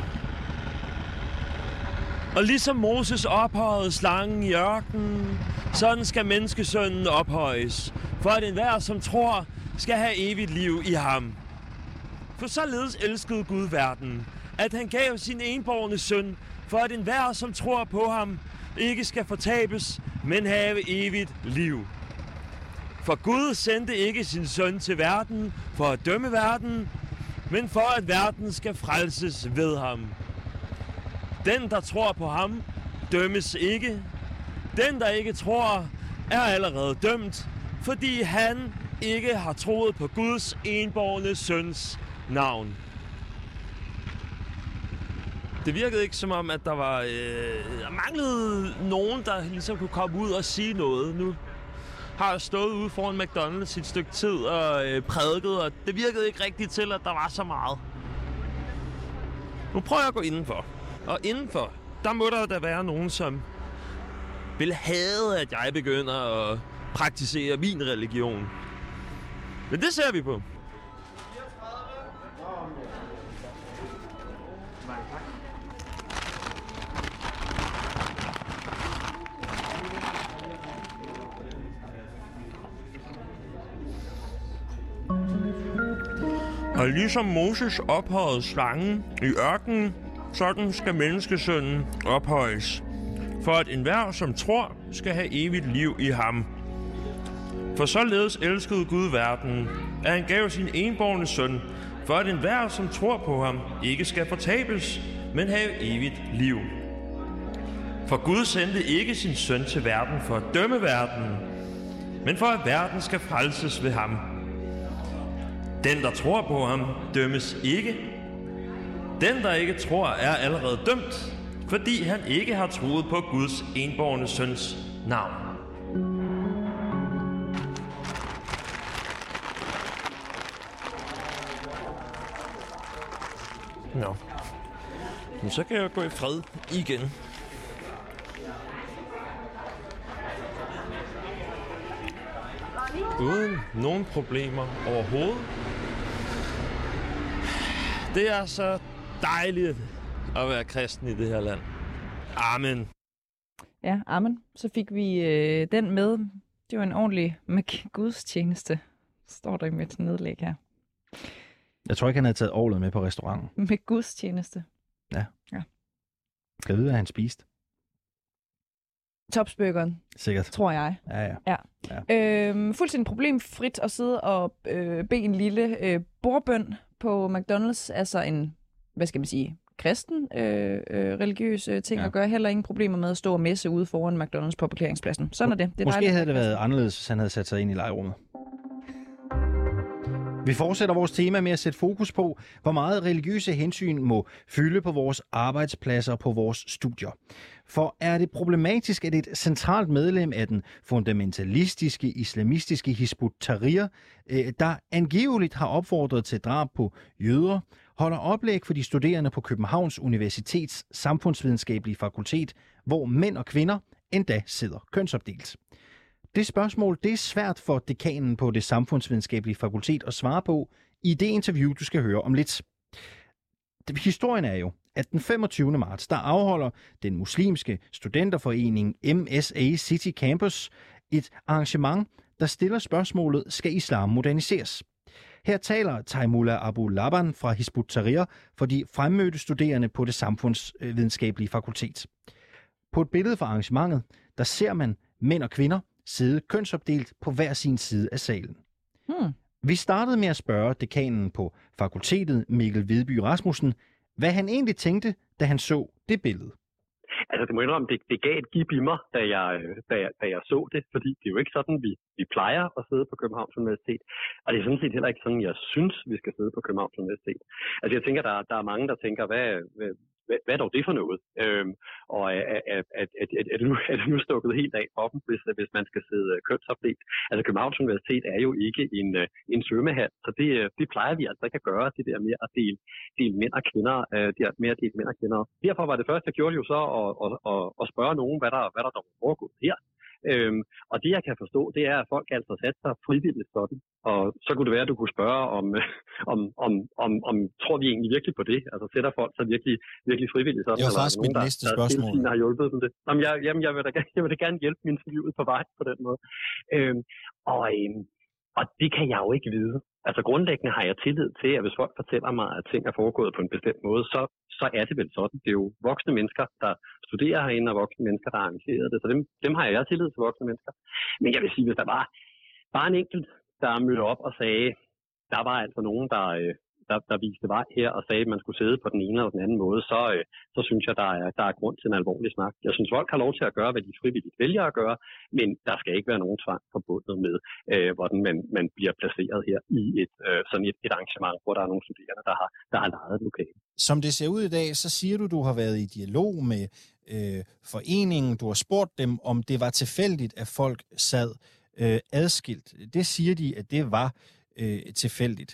Og ligesom Moses ophøjede slangen i ørkenen, sådan skal menneskesønnen ophøjes, for at enhver, som tror, skal have evigt liv i ham. For således elskede Gud verden, at han gav sin enbårne søn, for at enhver, som tror på ham, ikke skal fortabes, men have evigt liv. For Gud sendte ikke sin søn til verden for at dømme verden, men for at verden skal frelses ved ham. Den, der tror på ham, dømmes ikke. Den, der ikke tror, er allerede dømt, fordi han ikke har troet på Guds enbårne søns navn. Det virkede ikke som om, at der var øh, der manglede nogen, der ligesom kunne komme ud og sige noget. Nu har jeg stået ude foran McDonald's et stykke tid og øh, prædiket, og det virkede ikke rigtigt til, at der var så meget. Nu prøver jeg at gå indenfor. Og indenfor, der må der da være nogen, som vil hade, at jeg begynder at praktisere min religion. Men det ser vi på. Og ligesom Moses ophøjede slangen i ørkenen, sådan skal menneskesønnen ophøjes, for at enhver, som tror, skal have evigt liv i ham. For således elskede Gud verden, at han gav sin enbårne søn, for at enhver, som tror på ham, ikke skal fortabes, men have evigt liv. For Gud sendte ikke sin søn til verden for at dømme verden, men for at verden skal frelses ved ham. Den, der tror på ham, dømmes ikke. Den, der ikke tror, er allerede dømt, fordi han ikke har troet på Guds enbårne søns navn. Nå. Men så kan jeg gå i fred igen. Uden nogen problemer overhovedet. Det er så dejligt at være kristen i det her land. Amen. Ja, amen. Så fik vi øh, den med. Det var en ordentlig med gudstjeneste. Står der i mit nedlæg her. Jeg tror ikke, han havde taget orlet med på restauranten. Med gudstjeneste. Ja. Ja. Skal jeg vide, hvad han spiste? Topsburgeren. Sikkert. Tror jeg. Ja, ja. ja. ja. Øhm, fuldstændig problemfrit at sidde og øh, bede en lille øh, bordbøn på McDonald's. Altså en, hvad skal man sige, kristen øh, øh, religiøs øh, ting ja. At gøre. Heller ingen problemer med at stå og messe ude foran McDonald's på parkeringspladsen. Sådan er det. det er Måske dejligt. havde det været anderledes, hvis han havde sat sig ind i lejrummet. Vi fortsætter vores tema med at sætte fokus på, hvor meget religiøse hensyn må fylde på vores arbejdspladser og på vores studier. For er det problematisk, at et centralt medlem af den fundamentalistiske, islamistiske Hizb ut-Tahrir, der angiveligt har opfordret til drab på jøder, holder oplæg for de studerende på Københavns Universitets Samfundsvidenskabelige Fakultet, hvor mænd og kvinder endda sidder kønsopdelt? Det spørgsmål det er svært for dekanen på det samfundsvidenskabelige fakultet at svare på i det interview, du skal høre om lidt. Historien er jo, at den femogtyvende marts, der afholder den muslimske studenterforening M S A City Campus et arrangement, der stiller spørgsmålet, skal islam moderniseres? Her taler Taimullah Abu Laban fra Hizb ut-Tahrir for de fremmødte studerende på det samfundsvidenskabelige fakultet. På et billede fra arrangementet, der ser man mænd og kvinder sidde kønsopdelt på hver sin side af salen. Hmm. Vi startede med at spørge dekanen på fakultetet, Mikkel Hvidby Rasmussen, hvad han egentlig tænkte, da han så det billede. Altså, det må indrømme, det, det gav et gib i mig, da jeg, da, jeg, da jeg så det, fordi det er jo ikke sådan, vi, vi plejer at sidde på Københavns Universitet, og det er sådan set heller ikke sådan, jeg synes, vi skal sidde på Københavns Universitet. Altså, jeg tænker, der, der er mange, der tænker, hvad, hvad, hvad er dog det for noget? Øhm, og er, er, er, er, er, er, det nu, er det nu stukket helt af for dem, hvis, hvis man skal sidde kønsopdelt? Altså, Københavns Universitet er jo ikke en, en svømmehal, så det, det plejer vi altså ikke at gøre, det der med at dele, dele mænd og kvinder, øh, det med at dele mænd og kvinder. Derfor var det første, jeg gjorde jo så at, at, at, at spørge nogen, hvad der, hvad der dog foregået her. Øhm, og det, jeg kan forstå, det er, at folk altså sat sig frivilligt sådan. Og så kunne det være, at du kunne spørge, om, om, om, om, om tror vi egentlig virkelig på det? Altså sætter folk sig virkelig, virkelig frivilligt sådan? Det var faktisk mit næste spørgsmål. Der har hjulpet dem det. Jamen, jeg, jamen, jeg, vil da, jeg vil da gerne hjælpe min interviewet på vej på den måde. Øhm, og, øhm, og det kan jeg jo ikke vide. Altså grundlæggende har jeg tillid til, at hvis folk fortæller mig, at ting er foregået på en bestemt måde, så, så er det vel sådan. Det er jo voksne mennesker, der studerer herinde, og voksne mennesker, der har arrangeret det. Så dem, dem har jeg tillid til, voksne mennesker. Men jeg vil sige, hvis der var bare en enkelt, der mødte op og sagde, der var altså nogen, der, der, der viste vej her og sagde, at man skulle sidde på den ene eller den anden måde, så, så synes jeg, der er, der er grund til en alvorlig snak. Jeg synes, folk har lov til at gøre, hvad de frivilligt vælger at gøre, men der skal ikke være nogen tvang forbundet med, øh, hvordan man, man bliver placeret her i et, øh, sådan et, et arrangement, hvor der er nogle studerende, der har, der har lejet et lokale. Som det ser ud i dag, så siger du, du har været i dialog med øh, foreningen. Du har spurgt dem, om det var tilfældigt, at folk sad øh, adskilt. Det siger de, at det var øh, tilfældigt.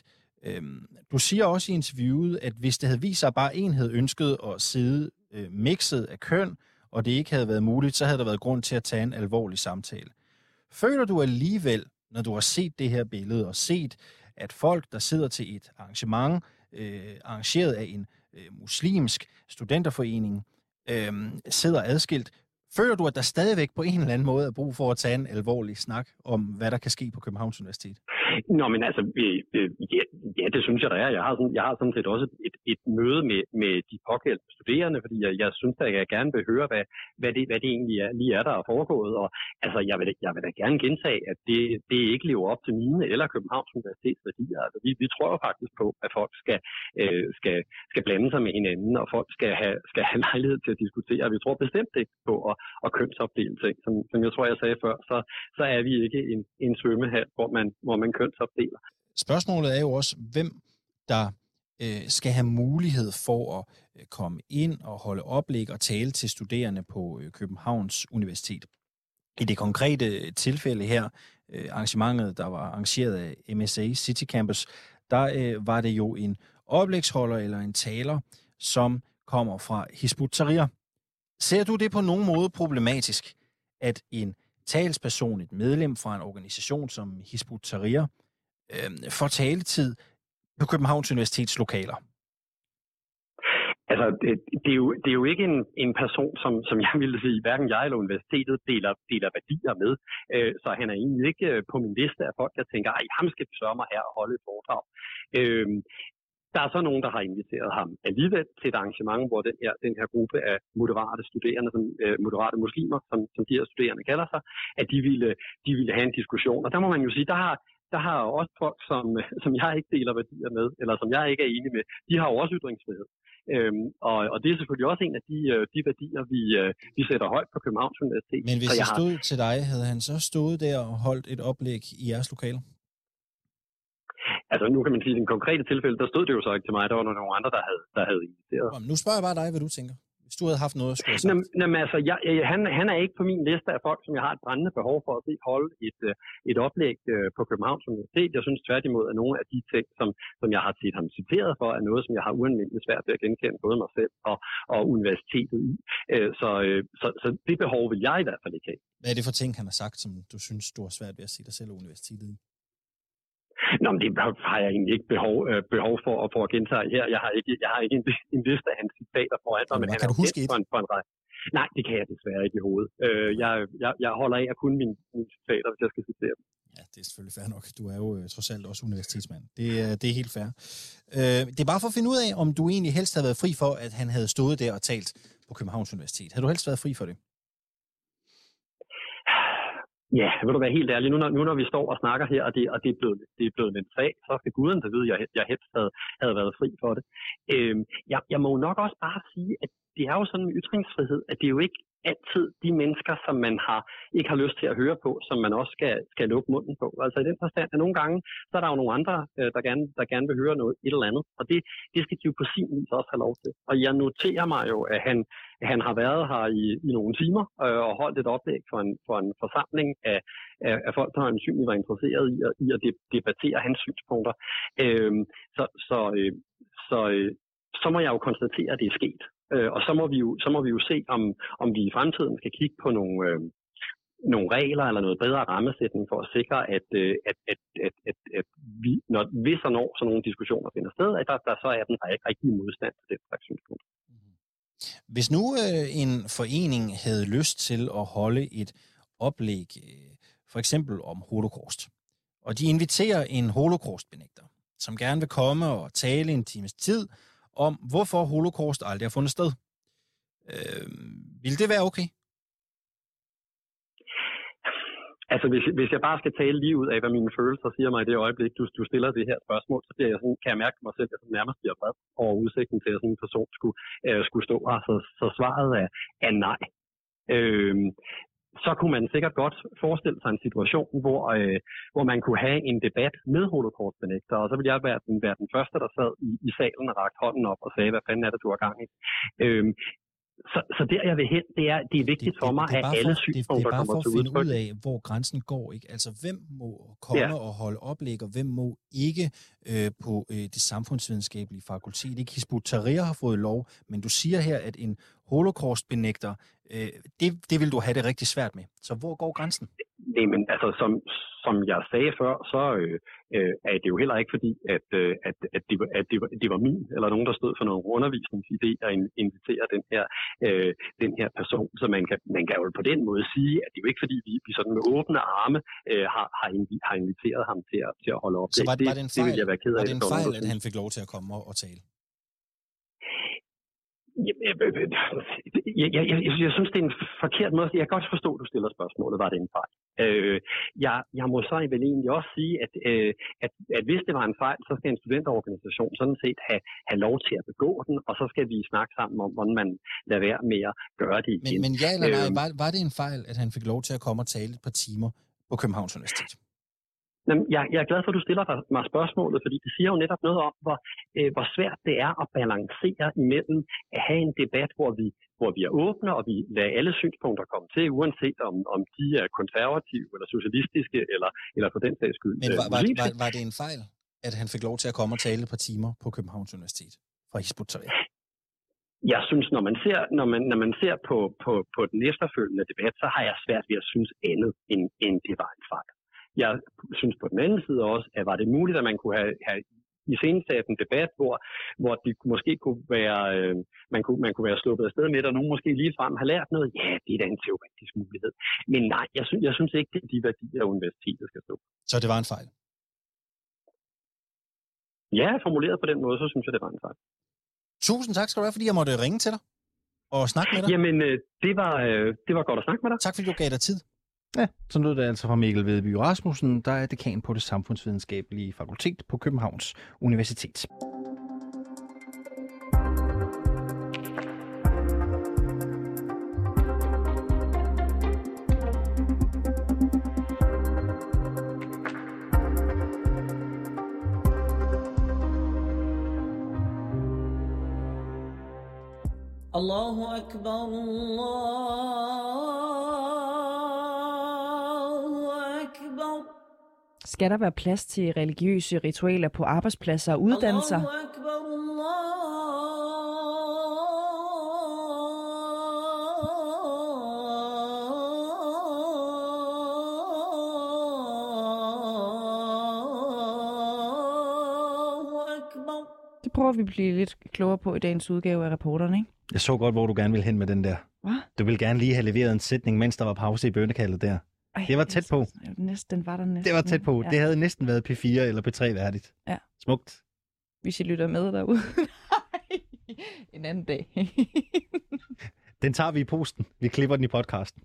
Du siger også i interviewet, at hvis det havde vist sig, at bare en havde ønsket at sidde øh, mixet af køn, og det ikke havde været muligt, så havde der været grund til at tage en alvorlig samtale. Føler du alligevel, når du har set det her billede, og set, at folk, der sidder til et arrangement, øh, arrangeret af en øh, muslimsk studenterforening, øh, sidder adskilt, føler du, at der stadigvæk på en eller anden måde er brug for at tage en alvorlig snak om, hvad der kan ske på Københavns Universitet? Nå, men altså, øh, ja, ja, det synes jeg, der er. Jeg har sådan, jeg har sådan set også et, et møde med, med de pågældende studerende, fordi jeg, jeg synes, at jeg gerne vil høre, hvad, hvad, det, hvad det egentlig er, lige er, der er foregået. Og altså, jeg vil, jeg vil da gerne gentage, at det, det ikke lever op til mine eller Københavns Universitets værdier. Altså, vi, vi tror jo faktisk på, at folk skal, øh, skal, skal blande sig med hinanden, og folk skal have, skal have lejlighed til at diskutere. Vi tror bestemt ikke på at, at kønsopdele ting. Som, som jeg tror, jeg sagde før, så, så er vi ikke en, en svømmehal, hvor man, hvor man kønsopdeler. Spørgsmålet er jo også, hvem der øh, skal have mulighed for at øh, komme ind og holde oplæg og tale til studerende på øh, Københavns Universitet. I det konkrete tilfælde her, øh, arrangementet, der var arrangeret af M S A City Campus, der øh, var det jo en oplægsholder eller en taler, som kommer fra Hizb ut-Tahrir. Ser du det på nogen måde problematisk, at en talsperson, et medlem fra en organisation som Hizb ut-Tahrir, øh, får taletid på Københavns Universitets lokaler? Altså, det, det, er jo, det er jo ikke en, en person, som, som jeg ville sige, hverken jeg eller universitetet deler, deler værdier med. Øh, så han er egentlig ikke på min liste af folk, der tænker, ej, ham skal vi sørge mig her og holde et foredrag. Øh, Der er så nogen, der har inviteret ham alligevel til et arrangement, hvor den her, den her gruppe af moderate studerende, som, øh, moderate muslimer, som, som de her studerende kalder sig, at de ville, de ville have en diskussion. Og der må man jo sige, der har, der har også folk, som, som jeg ikke deler værdier med, eller som jeg ikke er enig med, de har jo også ytringsfrihed. Øhm, og, og det er selvfølgelig også en af de, de værdier, vi, vi sætter højt på Københavns Universitet. Men hvis jeg det stod har... til dig, havde han så stået der og holdt et oplæg i jeres lokaler? Altså nu kan man sige, at i den konkrete tilfælde, der stod det jo så ikke til mig, der var nogle andre, der havde, der havde inviteret. Nu spørger jeg bare dig, hvad du tænker. Hvis du havde haft noget at skulle have sagt. Jamen, jamen altså, jeg, han, han er ikke på min liste af folk, som jeg har et brændende behov for at se holde et, et oplæg på Københavns Universitet. Jeg synes tværtimod, at nogle af de ting, som, som jeg har set ham citeret for, er noget, som jeg har ualmindeligt svært ved at genkende både mig selv og, og universitetet i. Så, så, så det behov vil jeg i hvert fald ikke have. Hvad er det for ting, han har sagt, som du synes, du har svært ved at se dig selv og universitetet i? Nå, men det har jeg egentlig ikke behov, øh, behov for, for at gentage her. Jeg har ikke, jeg har ikke en, en liste af hans citater foran mig, men han kan er du huske på en, på en række. Nej, det kan jeg desværre ikke i hovedet. Øh, jeg, jeg, jeg holder af at kunne mine, mine citater, hvis jeg skal citere dem. Ja, det er selvfølgelig fair nok. Du er jo øh, trods alt også universitetsmand. Det, øh, det er helt fair. Øh, det er bare for at finde ud af, om du egentlig helst havde været fri for, at han havde stået der og talt på Københavns Universitet. Havde du helst været fri for det? Ja, vil du være helt ærlig. Nu når, nu når vi står og snakker her, og det, og det, er, blevet, det er blevet en sag, så skal guden der vide, at jeg, jeg helst havde, havde været fri for det. Øhm, jeg, jeg må nok også bare sige, at det er jo sådan med ytringsfrihed, at det er jo ikke altid de mennesker, som man har ikke har lyst til at høre på, som man også skal, skal lukke munden på. Altså i den forstand, at nogle gange, så er der jo nogle andre, der gerne, der gerne vil høre noget, et eller andet. Og det, det skal de jo på sin vis også have lov til. Og jeg noterer mig jo, at han, at han har været her i, i nogle timer øh, og holdt et oplæg for en, for en forsamling af, af, af folk, der øjensynligt var interesseret i, i at debattere hans synspunkter. Øh, så, så, øh, så, øh, så må jeg jo konstatere, at det er sket. Og så må vi jo, så må vi jo se, om, om vi i fremtiden skal kigge på nogle, øh, nogle regler eller noget bedre rammesætning for at sikre, at, øh, at, at, at, at, at vi, når, hvis og når sådan nogle diskussioner finder sted, at der, der så er den ikke rigtig modstand til den slags synspunkt. Hvis nu øh, en forening havde lyst til at holde et oplæg, øh, for eksempel om holocaust, og de inviterer en holocaustbenægter, som gerne vil komme og tale en times tid om, hvorfor holocaust aldrig har fundet sted. Øh, vil det være okay? Altså, hvis, hvis jeg bare skal tale lige ud af, hvad mine følelser siger mig i det øjeblik, du, du stiller det her spørgsmål, så bliver jeg sådan, kan jeg mærke mig selv, at jeg nærmest bliver vred over udsigten til, at sådan en person skulle, øh, skulle stå her. Så, så svaret er, er nej. Øh, så kunne man sikkert godt forestille sig en situation, hvor, øh, hvor man kunne have en debat med holocaustbenægtere, og så ville jeg være den, være den første, der sad i, i salen og rakte hånden op og sagde, hvad fanden er det, du har gang i? Øh, Så, så der jeg vil hen, det er, det er vigtigt det, for mig, at alle synspunkter kommer til udtryk. Det er bare for at finde ud af, hvor grænsen går, ikke? Altså, hvem må komme ja. og holde oplæg, og hvem må ikke øh, på øh, det samfundsvidenskabelige fakultet? Ikke Hizb ut-Tahrir har fået lov, men du siger her, at en holocaustbenægter, øh, det, det vil du have det rigtig svært med. Så hvor går grænsen? Nej, men altså, som, som jeg sagde før, så øh, øh, er det jo heller ikke fordi, at, øh, at, at, det, at det, var, det var min, eller nogen, der stod for nogle undervisningsidé at invitere den her, øh, den her person. Så man kan, man kan jo på den måde sige, at det er jo ikke fordi, vi, vi sådan med åbne arme øh, har, har, invi- har inviteret ham til at, til at holde op. Så var, det, var det en fejl, det vil jeg være ked af, var det en fejl at han fik lov til at komme og tale? Jeg, jeg, jeg, jeg, jeg, jeg synes, det er en forkert måde. Jeg kan godt forstå, at du stiller spørgsmålet. Var det en fejl? Øh, jeg, jeg må så vel egentlig også sige, at, øh, at, at hvis det var en fejl, så skal en studenterorganisation sådan set have, have lov til at begå den, og så skal vi snakke sammen om, hvordan man lader være med at gøre det igen. Men, men ja eller nej, var, var det en fejl, at han fik lov til at komme og tale et par timer på Københavns Universitet? Jeg, jeg er glad for, at du stiller mig spørgsmålet, fordi det siger jo netop noget om, hvor, øh, hvor svært det er at balancere imellem at have en debat, hvor vi, hvor vi er åbne, og vi lader alle synspunkter komme til, uanset om, om de er konservative, eller socialistiske, eller, eller for den sags skyld. Men var, var, var, var det en fejl, at han fik lov til at komme og tale et par timer på Københavns Universitet fra Hizb ut-Tahrir? Jeg synes, når man ser, når man, når man ser på, på, på den efterfølgende debat, så har jeg svært ved at synes andet, end, end det var en fejl. Jeg synes på den anden side også, at var det muligt, at man kunne have, have iscenesat en debat, hvor, hvor det måske kunne være, øh, man, kunne, man kunne være sluppet afsted med, og nogen måske lige frem har lært noget. Ja, det er da en teoretisk mulighed. Men nej, jeg synes, jeg synes ikke, det er de værdier, universitetet skal stå. Så det var en fejl? Ja, formuleret på den måde, så synes jeg, det var en fejl. Tusind tak skal du have, fordi jeg måtte ringe til dig og snakke med dig. Jamen, øh, det, var, øh, det var godt at snakke med dig. Tak fordi du gav dig tid. Ja, så lød det altså fra Mikkel Vedby Rasmussen, der er dekan på det samfundsvidenskabelige fakultet på Københavns Universitet. Allahu Akbar, Allahu Akbar. Skal der være plads til religiøse ritualer på arbejdspladser og uddannelser? Allahu Akbar, Allahu Akbar. Det prøver vi at blive lidt klogere på i dagens udgave af Reporterne, ikke? Jeg så godt, hvor du gerne vil hen med den der. Hvad? Du vil gerne lige have leveret en sætning, mens der var pause i bønnekaldet der. Ej, det var tæt på. Næsten var der næsten. Det var tæt på. Ja. Det havde næsten været P fire eller P tre værdigt. Ja. Smukt. Hvis I lytter med derude. En anden dag. Den tager vi i posten. Vi klipper den i podcasten.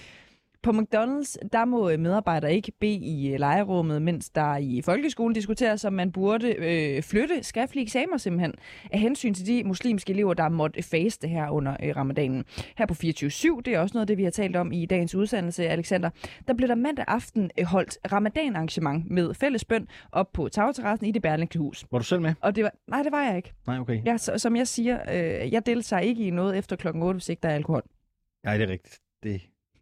På McDonald's, der må medarbejdere ikke bede i legerummet, mens der i folkeskolen diskuteres, om man burde øh, flytte skriftlige eksamener simpelthen af hensyn til de muslimske elever, der måtte faste her under øh, ramadanen. Her på fireogtyve syv, det er også noget af det, vi har talt om i dagens udsendelse, Alexander, der blev der mandag aften øh, holdt ramadan-arrangement med fælles bøn op på tagterrassen i det Berlingske Hus. Var du selv med? Og det var, nej, det var jeg ikke. Nej, okay. Jeg, som jeg siger, øh, jeg deltager ikke i noget efter klokken otte, hvis ikke der er alkohol. Nej, det er rigtigt. Det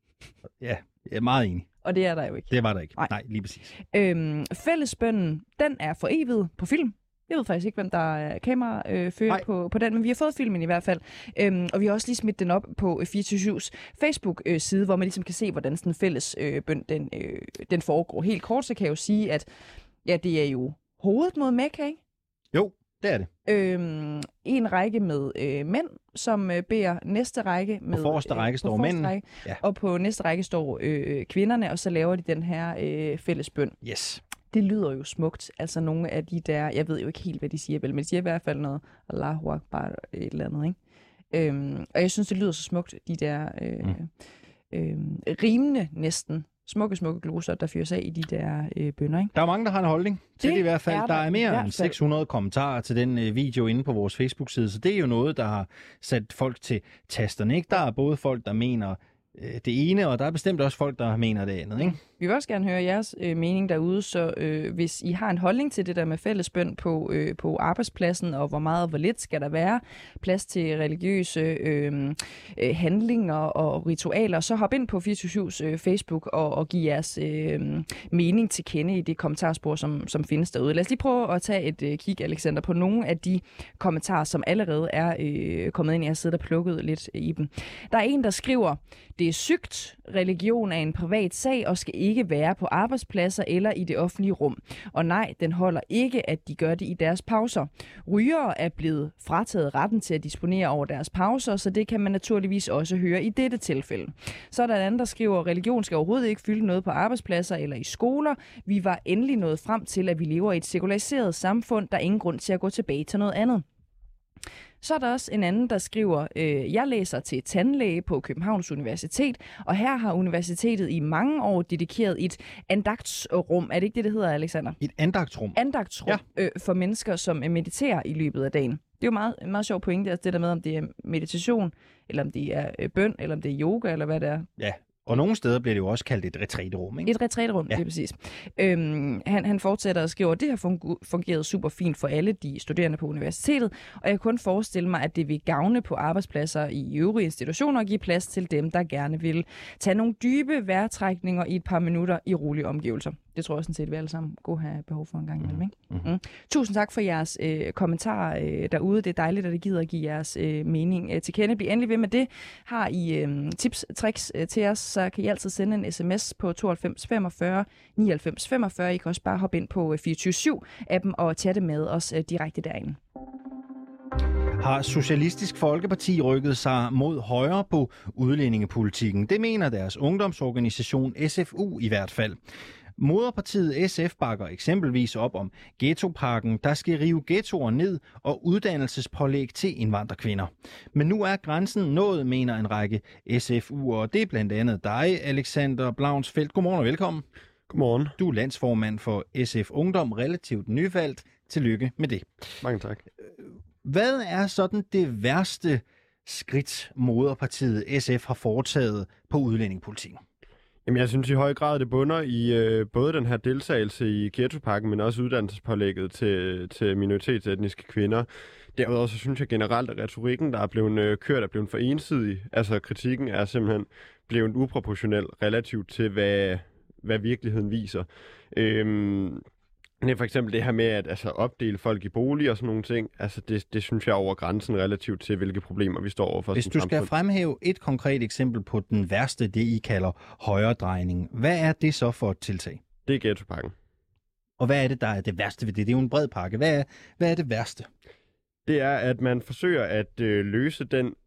Ja, jeg er meget enig. Og det er der jo ikke. Det var der ikke. Nej, Nej lige præcis. Øhm, fællesbønnen, den er for evigt på film. Jeg ved faktisk ikke, hvem der er kamerafører øh, på, på den, men vi har fået filmen i hvert fald. Øhm, og vi har også lige smidt den op på fireogtyve syvs Facebook-side, hvor man ligesom kan se, hvordan sådan en fællesbøn den, øh, den foregår. Helt kort, så kan jeg jo sige, at ja, det er jo hovedet mod Mekka, ikke? Jo, det er det. Øhm, en række med øh, mænd, som øh, beder næste række med... På forreste række øh, står mændene. Ja. Og på næste række står øh, kvinderne, og så laver de den her øh, fælles bøn. Yes. Det lyder jo smukt. Altså nogle af de der... Jeg ved jo ikke helt, hvad de siger, vel, men de siger i hvert fald noget Allahu Akbar et eller andet, ikke? Øhm, og jeg synes, det lyder så smukt, de der øh, mm. øh, rimende næsten smukke, smukke gloser, der fyrer sig af i de der øh, bønner, ikke? Der er mange, der har en holdning til det, det i hvert fald. Er der, der er mere end seks hundrede kommentarer til den øh, video inde på vores Facebook-side, så det er jo noget, der har sat folk til tasterne, ikke? Der er både folk, der mener øh, det ene, og der er bestemt også folk, der mener det andet, ikke? Vi vil også gerne høre jeres øh, mening derude, så øh, hvis I har en holdning til det der med fællesbøn på, øh, på arbejdspladsen, og hvor meget og hvor lidt skal der være plads til religiøse øh, øh, handlinger og ritualer, så hop ind på fireogtyve syvs øh, Facebook og, og giv jeres øh, mening til kende i det kommentarspor, som, som findes derude. Lad os lige prøve at tage et øh, kig, Alexander, på nogle af de kommentarer, som allerede er øh, kommet ind. Jeg har siddet og plukket lidt i dem. Der er en, der skriver, det er sygt, religion er en privat sag og skal ikke være på arbejdspladser eller i det offentlige rum. Og nej, den holder ikke, at de gør det i deres pauser. Rygere er blevet frataget retten til at disponere over deres pauser, så det kan man naturligvis også høre i dette tilfælde. Så er der en anden, der skriver, at religion skal overhovedet ikke fylde noget på arbejdspladser eller i skoler. Vi var endelig nået frem til, at vi lever i et sekulariseret samfund, der er ingen grund til at gå tilbage til noget andet. Så er der også en anden, der skriver, øh, jeg læser til tandlæge på Københavns Universitet, og her har universitetet i mange år dedikeret et andagtsrum. Er det ikke det, det hedder, Alexander? Et andagtsrum? Andagtsrum ja. øh, for mennesker, som mediterer i løbet af dagen. Det er jo meget, en meget sjov pointe, altså det der med, om det er meditation, eller om det er øh, bøn, eller om det er yoga, eller hvad det er. Ja. Og nogle steder bliver det jo også kaldt et retræterum, ikke? Et retræterum, ja. Det er præcis. Øhm, han, han fortsætter og skriver, at det har fungeret super fint for alle de studerende på universitetet, og jeg kan kun forestille mig, at det vil gavne på arbejdspladser i øvrige institutioner og give plads til dem, der gerne vil tage nogle dybe vejrtrækninger i et par minutter i rolige omgivelser. Det tror jeg sådan set, vi alle sammen kunne have behov for en gang imellem, ikke? Mm-hmm. Mm. Tusind tak for jeres øh, kommentarer øh, derude. Det er dejligt, at I gider at give jeres øh, mening øh, til kende. Bliv endelig ved med det. Har I øh, tips tricks øh, til os, så kan I altid sende en sms på tooghalvfems femogfyrre nioghalvfems femogfyrre. I kan også bare hoppe ind på fireogtyve syv-appen og chatte med os øh, direkte derinde. Har Socialistisk Folkeparti rykket sig mod højre på udlændingepolitikken? Det mener deres ungdomsorganisation S F U i hvert fald. Moderpartiet S F bakker eksempelvis op om ghettoparken, der skal rive ghettoer ned og uddannelsespålæg til indvandrerkvinder. Men nu er grænsen nået, mener en række S F U'er, og det er blandt andet dig, Alexander Blaunsfeldt. Godmorgen og velkommen. Godmorgen. Du er landsformand for S F Ungdom, relativt nyvalgt. Tillykke med det. Mange tak. Hvad er sådan det værste skridt, Moderpartiet S F har foretaget på udlændingepolitikken? Jamen, jeg synes i høj grad, det bunder i øh, både den her deltagelse i ghettopakken, men også uddannelsespålægget til, til minoritetsetniske kvinder. Derudover så synes jeg generelt, at retorikken, der er blevet øh, kørt, er blevet for ensidig. Altså, kritikken er simpelthen blevet uproportionel relativt til, hvad, hvad virkeligheden viser. Øhm, det er for eksempel det her med at altså, opdele folk i boliger og sådan nogle ting. Altså, det, det synes jeg er over grænsen relativt til, hvilke problemer vi står overfor. Hvis du skal samfund. fremhæve et konkret eksempel på den værste, det I kalder højredrejning, hvad er det så for et tiltag? Det er ghettopakken. Og hvad er det, der er det værste ved det? Det er jo en bred pakke. Hvad er, hvad er det værste? Det er, at man forsøger at øh, løse den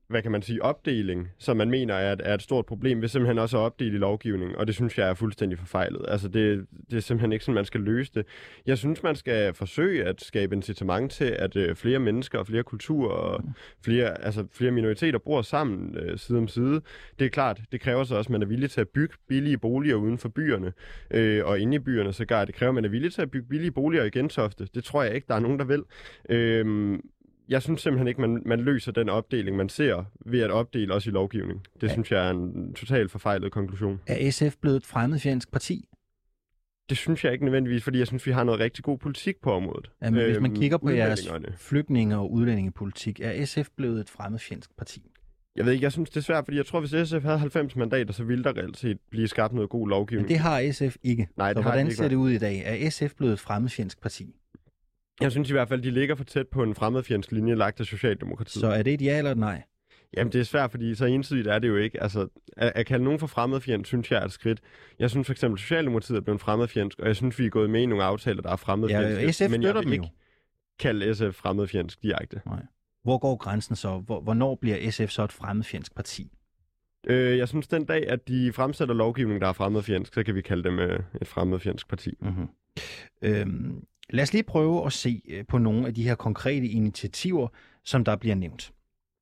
hvad kan man sige, opdeling, som man mener er et, er et stort problem, vil simpelthen også opdele i lovgivningen, og det synes jeg er fuldstændig forfejlet. Altså det, det er simpelthen ikke sådan, man skal løse det. Jeg synes, man skal forsøge at skabe incitament til, at øh, flere mennesker og flere kulturer og flere, altså flere minoriteter bor sammen øh, side om side. Det er klart, det kræver så også, at man er villig til at bygge billige boliger uden for byerne, øh, og inde i byerne sågar. Det kræver, at man er villig til at bygge billige boliger i Gentofte. Det tror jeg ikke, der er nogen, der vil. Øh, Jeg synes simpelthen ikke, man, man løser den opdeling, man ser ved at opdele også i lovgivning. Det ja. synes jeg er en totalt forfejlet konklusion. Er S F blevet et fremmedfjendsk parti? Det synes jeg ikke nødvendigvis, fordi jeg synes, vi har noget rigtig god politik på området. Ja, men hvis man kigger på jeres flygtninge- og udlændingepolitik, er S F blevet et fremmedfjendsk parti? Jeg ved ikke, jeg synes det er svært, fordi jeg tror, hvis S F havde halvfems mandater, så ville der reelt set blive skabt noget god lovgivning. Men det har S F ikke. Nej, det så har hvordan det ikke ser det ud i dag? Er S F blevet et fremmedfjendsk parti? Jeg synes i hvert fald, de ligger for tæt på en fremmedfjendsk linje lagt af Socialdemokratiet. Så er det et ja eller et nej? Jamen, det er svært, fordi så ensidigt er det jo ikke. Altså, at, at kalde nogen for fremmedfjend, synes jeg er et skridt. Jeg synes for eksempel, Socialdemokratiet er blevet fremmedfjendsk, og jeg synes, vi er gået med i nogle aftaler, der er fremmedfjendske. Ja, S F men jeg vil vil dem ikke jo. kalde S F fremmedfjendsk direkte. Nej. Hvor går grænsen så? Hvor, hvornår bliver S F så et fremmedfjendsk parti? Øh, jeg synes, den dag, at de fremsætter lovgivning, der er fremmedfjendsk, så kan vi kalde dem øh, et fremmedfjendsk parti. Mm-hmm. Øhm, lad os lige prøve at se på nogle af de her konkrete initiativer, som der bliver nævnt.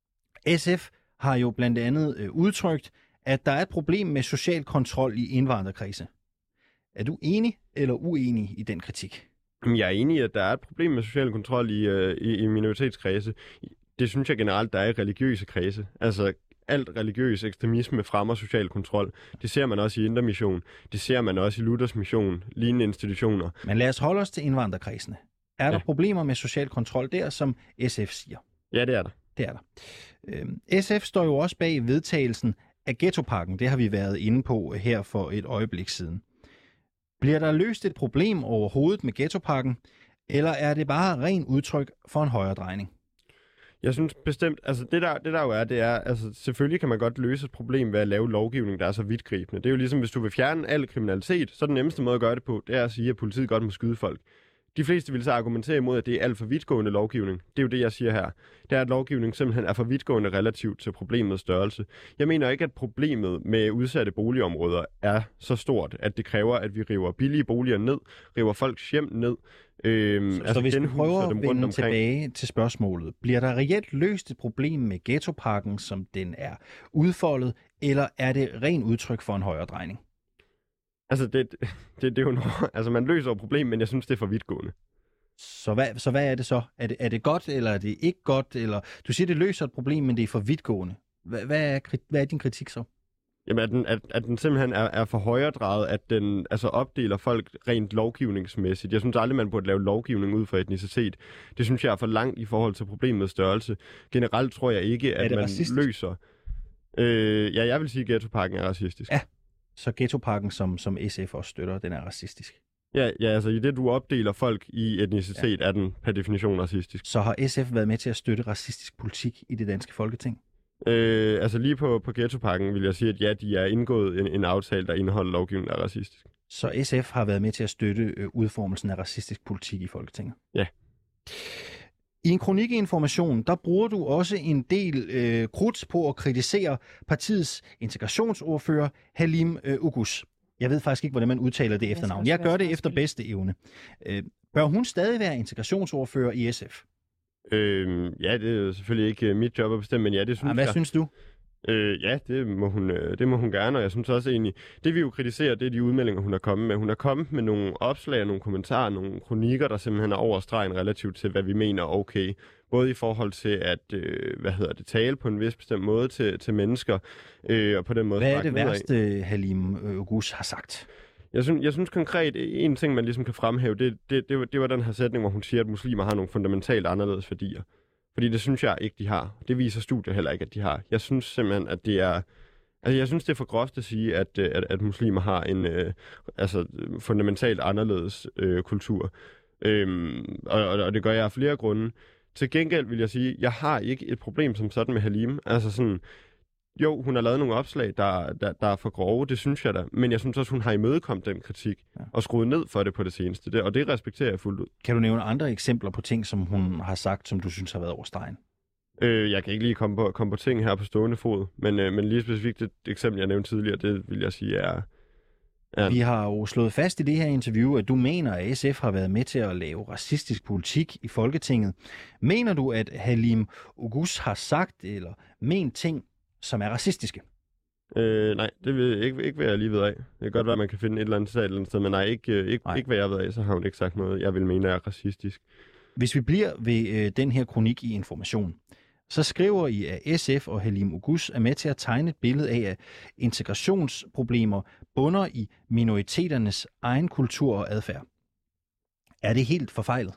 S F har jo blandt andet øh, udtrykt, at der er et problem med social kontrol i indvandrerkredse. Er du enig eller uenig i den kritik? Jeg er enig i, at der er et problem med social kontrol i, øh, i, i minoritetskredse. Det synes jeg generelt, der er i religiøse kredse. Altså alt religiøs ekstremisme fremmer social kontrol. Det ser man også i Indre Mission. Det ser man også i Luthers Mission, lignende institutioner. Men lad os holde os til indvandrerkredsene. Er Ja. der problemer med social kontrol der, som S F siger? Ja, det er der. Det er der. Øhm, S F står jo også bag vedtagelsen af ghettopakken. Det har vi været inde på her for et øjeblik siden. Bliver der løst et problem overhovedet med ghettopakken, eller er det bare ren udtryk for en højredrejning? Jeg synes bestemt, altså det der, det der jo er, det er, altså selvfølgelig kan man godt løse et problem ved at lave lovgivning, der er så vidtgribende. Det er jo ligesom, hvis du vil fjerne al kriminalitet, så er den nemmeste måde at gøre det på, det er at sige, at politiet godt må skyde folk. De fleste vil så argumentere imod, at det er alt for vidtgående lovgivning. Det er jo det, jeg siger her. Det er, at lovgivningen simpelthen er for vidtgående relativt til problemets størrelse. Jeg mener ikke, at problemet med udsatte boligområder er så stort, at det kræver, at vi river billige boliger ned, river folks hjem ned. Øhm, Så, altså så hvis vi genhuser prøver dem at rundt vende omkring. tilbage til spørgsmålet, bliver der reelt løst et problem med ghettopakken, som den er udfoldet, eller er det ren udtryk for en højredrejning? Altså, det, det, det er jo noget, altså man løser et problem, men jeg synes, det er for vidtgående. Så hvad, så hvad er det så? Er det, er det godt, eller er det ikke godt? Eller, du siger, det løser et problem, men det er for vidtgående. Hvad, hvad, er, kri- hvad er din kritik så? Jamen, at den, at, at den simpelthen er, er for højredrejet, at den altså opdeler folk rent lovgivningsmæssigt. Jeg synes aldrig, man burde lave lovgivning ud fra etnicitet. Det synes jeg er for langt i forhold til problemets størrelse. Generelt tror jeg ikke, at man racistisk? løser... Øh, ja, jeg vil sige, at ghettopakken er racistisk. Ja, så ghettopakken, som, som S F også støtter, den er racistisk. Ja, ja, altså i det, du opdeler folk i etnicitet, ja. Er den per definition racistisk. Så har S F været med til at støtte racistisk politik i det danske folketing? Øh, altså lige på, på ghettopakken vil jeg sige, at ja, de er indgået en, en aftale, der indeholder lovgivning, der er racistisk. Så S F har været med til at støtte øh, udformelsen af racistisk politik i Folketinget? Ja. I en kronik i Information, der bruger du også en del øh, krudt på at kritisere partiets integrationsordfører, Halim øh, Oguz. Jeg ved faktisk ikke, hvordan man udtaler det efternavn. Jeg gør det efter bedste evne. Øh, bør hun stadig være integrationsordfører i S F? Øh, ja, det er jo selvfølgelig ikke mit job at bestemme, men ja, det synes ja, hvad jeg. synes du? Øh, ja, det må, hun, det må hun gerne, og jeg synes også egentlig, det vi jo kritiserer, det er de udmeldinger, hun er kommet med. Hun er kommet med nogle opslag, nogle kommentarer, nogle kronikker, der simpelthen er over stregen relativt til, hvad vi mener er okay. Både i forhold til at, øh, hvad hedder det, tale på en vis bestemt måde til, til mennesker, øh, og på den måde... Hvad er det værste, Halim Oguz har sagt? Jeg synes, jeg synes konkret, en ting, man ligesom kan fremhæve, det, det, det, var, det var den her sætning, hvor hun siger, at muslimer har nogle fundamentalt anderledes værdier. Fordi det synes jeg ikke, de har. Det viser studier heller ikke, at de har. Jeg synes simpelthen, at det er... Altså, jeg synes, det er for groft at sige, at, at, at muslimer har en øh, altså, fundamentalt anderledes øh, kultur. Øhm, og, og det gør jeg af flere grunde. Til gengæld vil jeg sige, at jeg har ikke et problem som sådan med Halim. Altså sådan... Jo, hun har lavet nogle opslag, der, der, der er for grove, det synes jeg da. Men jeg synes også, hun har imødekommet den kritik ja. og skruet ned for det på det seneste. Det, og det respekterer jeg fuldt ud. Kan du nævne andre eksempler på ting, som hun har sagt, som du synes har været over stregen? Øh, jeg kan ikke lige komme på, komme på ting her på stående fod, men, øh, men lige specifikt det eksempel, jeg nævnte tidligere, det vil jeg sige er... er... Vi har jo slået fast i det her interview, at du mener, at S F har været med til at lave racistisk politik i Folketinget. Mener du, at Halim Oguz har sagt eller ment ting, som er racistiske? Øh, nej, det vil ikke, ikke hvad jeg lige ved af. Det kan godt være, at man kan finde et eller andet sted, et eller andet sted, men nej, ikke, ikke, nej. ikke hvad jeg ved af, så har hun ikke sagt noget, jeg vil mene er racistisk. Hvis vi bliver ved øh, den her kronik i Information, så skriver I, at S F og Halim Oguz er med til at tegne et billede af, at integrationsproblemer bunder i minoriteternes egen kultur og adfærd. Er det helt forfejlet?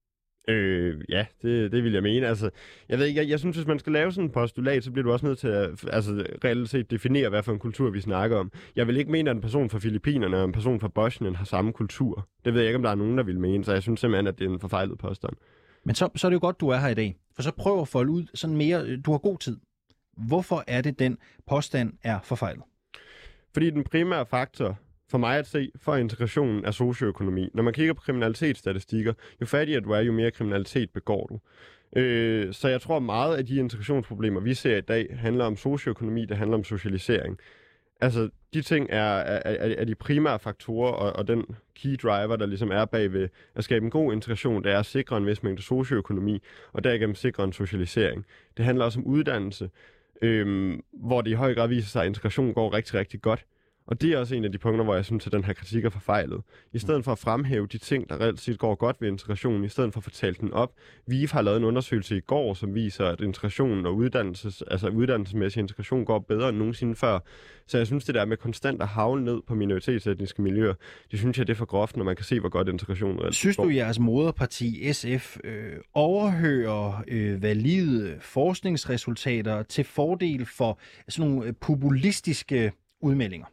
Øh, ja, det, det vil jeg mene. Altså, jeg ved ikke, jeg, jeg synes, hvis man skal lave sådan en postulat, så bliver du også nødt til at altså, reelt set definere, hvad for en kultur vi snakker om. Jeg vil ikke mene, at en person fra Filippinerne og en person fra Bosnien har samme kultur. Det ved jeg ikke, om der er nogen, der vil mene, så jeg synes simpelthen, at det er en forfejlet påstand. Men så, så er det jo godt, du er her i dag. For så prøv at folde ud sådan mere. Du har god tid. Hvorfor er det, den påstand er forfejlet? Fordi den primære faktor for mig at se for integrationen er socioøkonomi. Når man kigger på kriminalitetsstatistikker, jo fattigere du er, jo mere kriminalitet begår du. Øh, så jeg tror meget af de integrationsproblemer, vi ser i dag, handler om socioøkonomi, det handler om socialisering. Altså, de ting er, er, er de primære faktorer, og, og den key driver, der ligesom er bagved at skabe en god integration, det er at sikre en vis mængde socioøkonomi, og derigennem sikre en socialisering. Det handler også om uddannelse, øh, hvor det i høj grad viser sig, at integration går rigtig, rigtig godt. Og det er også en af de punkter, hvor jeg synes, at den her kritik er forfejlet. I stedet for at fremhæve de ting, der reelt set går godt ved integrationen, i stedet for at fortælle den op. V I F har lavet en undersøgelse i går, som viser, at integrationen og uddannelses, altså uddannelsesmæssig integration går bedre end nogensinde før. Så jeg synes, det der med konstant at havle ned på minoritetsetniske miljøer, det synes jeg, det er for groft, når man kan se, hvor godt integrationen reelt Synes du, jeres moderparti S F øh, overhører øh, valide forskningsresultater til fordel for sådan nogle øh, populistiske udmeldinger?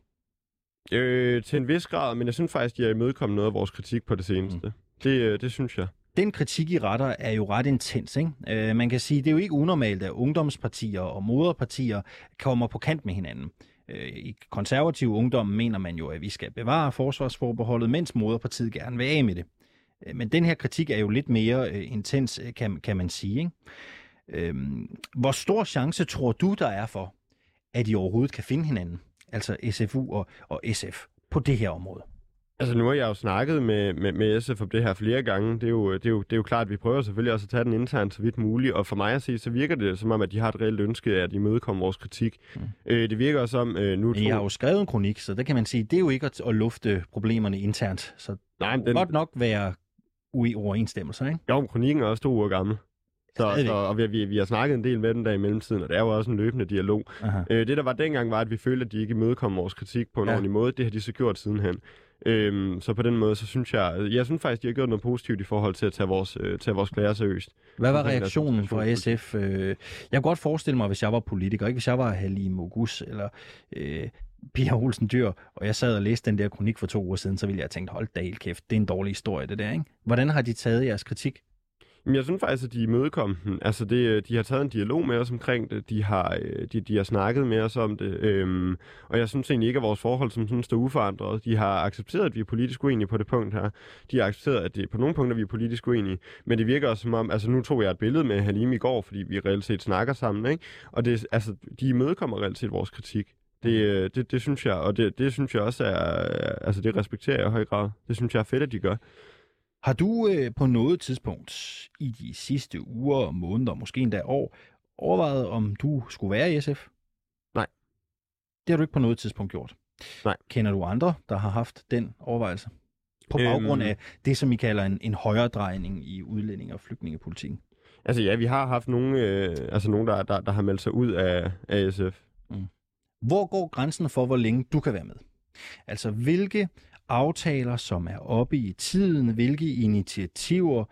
Øh, til en vis grad, men jeg synes faktisk, de har imødekommet noget af vores kritik på det seneste. Mm. Det, det synes jeg. Den kritik, I retter, er jo ret intens, ikke? Øh, man kan sige, det er jo ikke unormalt, at ungdomspartier og moderpartier kommer på kant med hinanden. Øh, I konservativ ungdom mener man jo, at vi skal bevare forsvarsforbeholdet, mens moderpartiet gerne vil af med det. Øh, men den her kritik er jo lidt mere øh, intens, kan, kan man sige, ikke? Øh, hvor stor chance tror du, der er for, at I overhovedet kan finde hinanden? Altså S F U og, og S F, på det her område? Altså nu har jeg jo snakket med, med, med S F om det her flere gange. Det er, jo, det, er jo, det er jo klart, at vi prøver selvfølgelig også at tage den internt så vidt muligt. Og for mig at se, så virker det som om, at de har et reelt ønske af at imødekomme vores kritik. Mm. Øh, det virker som... Øh, nu Men I har jo skrevet en kronik, så der kan man sige, det er jo ikke at, at lufte problemerne internt. Så Nej, det kan den... godt nok være uoverensstemmelser, ikke? Jo, kronikken er også to uger gammel. Så, så, og vi, vi, vi har snakket en del med den der i mellemtiden, og det er jo også en løbende dialog. Øh, det, der var dengang, var, at vi følte, at de ikke imødekom vores kritik på en ja. ordentlig måde. Det har de så gjort sidenhen. Øhm, så på den måde, så synes jeg... Jeg synes faktisk, de har gjort noget positivt i forhold til at tage vores, øh, tage vores klager seriøst. Hvad var reaktionen fra S F? Jeg kunne godt forestille mig, hvis jeg var politiker, ikke hvis jeg var Halim Oguz eller øh, Pia Olsen Dyhr, og jeg sad og læste den der kronik for to uger siden, så ville jeg have tænkt, hold da helt kæft, det er en dårlig historie, det der, ikke? Hvordan har de taget jeres kritik? Men jeg synes faktisk, at de imødekom den. Altså, det, de har taget en dialog med os omkring det. De har, de, de har snakket med os om det. Øhm, og jeg synes egentlig ikke, at vores forhold som sådan står uforandret. De har accepteret, at vi er politisk uenige på det punkt her. De har accepteret, at det på nogle punkter, vi er politisk uenige. Men det virker også som om... Altså, nu tog jeg et billede med Halim i går, fordi vi reelt set snakker sammen, ikke? Og det, altså, de imødekommer reelt set vores kritik. Det, det, det synes jeg, og det, det synes jeg også er... Altså, det respekterer jeg i høj grad. Det synes jeg er fedt, at de gør. Har du øh, på noget tidspunkt i de sidste uger, måneder, måske endda år, overvejet, om du skulle være i S F? Nej. Det har du ikke på noget tidspunkt gjort? Nej. Kender du andre, der har haft den overvejelse? På baggrund af det, som I kalder en, en højredrejning i udlændinge- og flygtningepolitikken? Altså ja, vi har haft nogen, øh, altså nogen der, der, der har meldt sig ud af, af S F. Mm. Hvor går grænsen for, hvor længe du kan være med? Altså hvilke aftaler, som er oppe i tiden, hvilke initiativer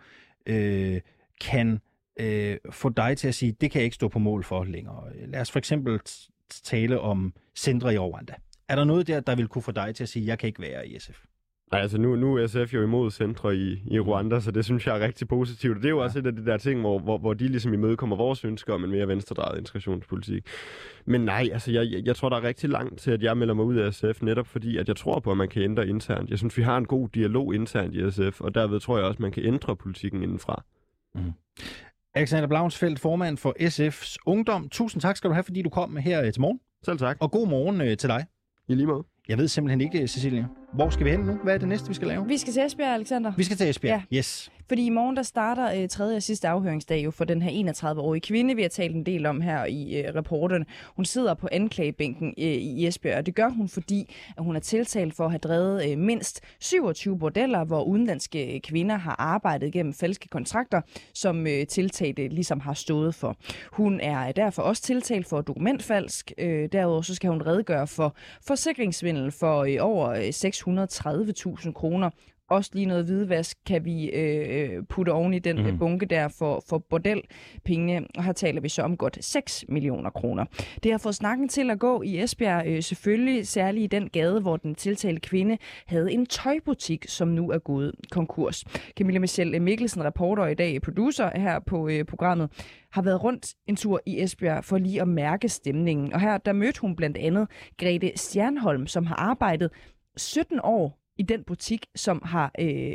øh, kan øh, få dig til at sige, det kan jeg ikke stå på mål for længere. Lad os for eksempel tale om centre i Rwanda. Er der noget der, der vil kunne få dig til at sige, jeg kan ikke være i S F? Nej, altså nu, nu er S F jo imod centre i, i Rwanda, så det synes jeg er rigtig positivt. Det er jo ja. også et af de der ting, hvor, hvor, hvor de ligesom imødekommer vores ønsker om en mere venstredrejet integrationspolitik. Men nej, altså jeg, jeg, jeg tror, der er rigtig langt til, at jeg melder mig ud af S F, netop fordi, at jeg tror på, at man kan ændre internt. Jeg synes, vi har en god dialog internt i S F, og derved tror jeg også, at man kan ændre politikken indenfra. Mm. Alexander Blauensfeldt, formand for S F's Ungdom. Tusind tak skal du have, fordi du kom her til morgen. Selv tak. Og god morgen øh, til dig. I lige måde. Jeg ved simpelthen ikke, Cecilie. Hvor skal vi hen nu? Hvad er det næste, vi skal lave? Vi skal til Esbjerg, Alexander. Vi skal til Esbjerg, ja. Yes. Fordi i morgen, der starter øh, tredje og sidste afhøringsdag jo for den her enogtredive-årige kvinde, vi har talt en del om her i øh, reporterne. Hun sidder på anklagebænken øh, i Esbjerg, og det gør hun, fordi at hun er tiltalt for at have drevet øh, mindst syvogtyve bordeller, hvor udenlandske kvinder har arbejdet gennem falske kontrakter, som øh, tiltalte ligesom har stået for. Hun er derfor også tiltalt for dokumentfalsk. Øh, derudover så skal hun redegøre for forsikringssvindel for øh, over seks hundrede og tredive tusind kroner. Også lige noget hvidvask kan vi øh, putte oven i den mm. bunke der for, for bordelpengene. Og her taler vi så om godt seks millioner kroner. Det har fået snakken til at gå i Esbjerg, øh, selvfølgelig særligt i den gade, hvor den tiltalte kvinde havde en tøjbutik, som nu er gået konkurs. Camilla Michelle Mikkelsen, reporter i dag, producer her på øh, programmet, har været rundt en tur i Esbjerg for lige at mærke stemningen. Og her der mødte hun blandt andet Grete Stjernholm, som har arbejdet sytten år i den butik, som har øh,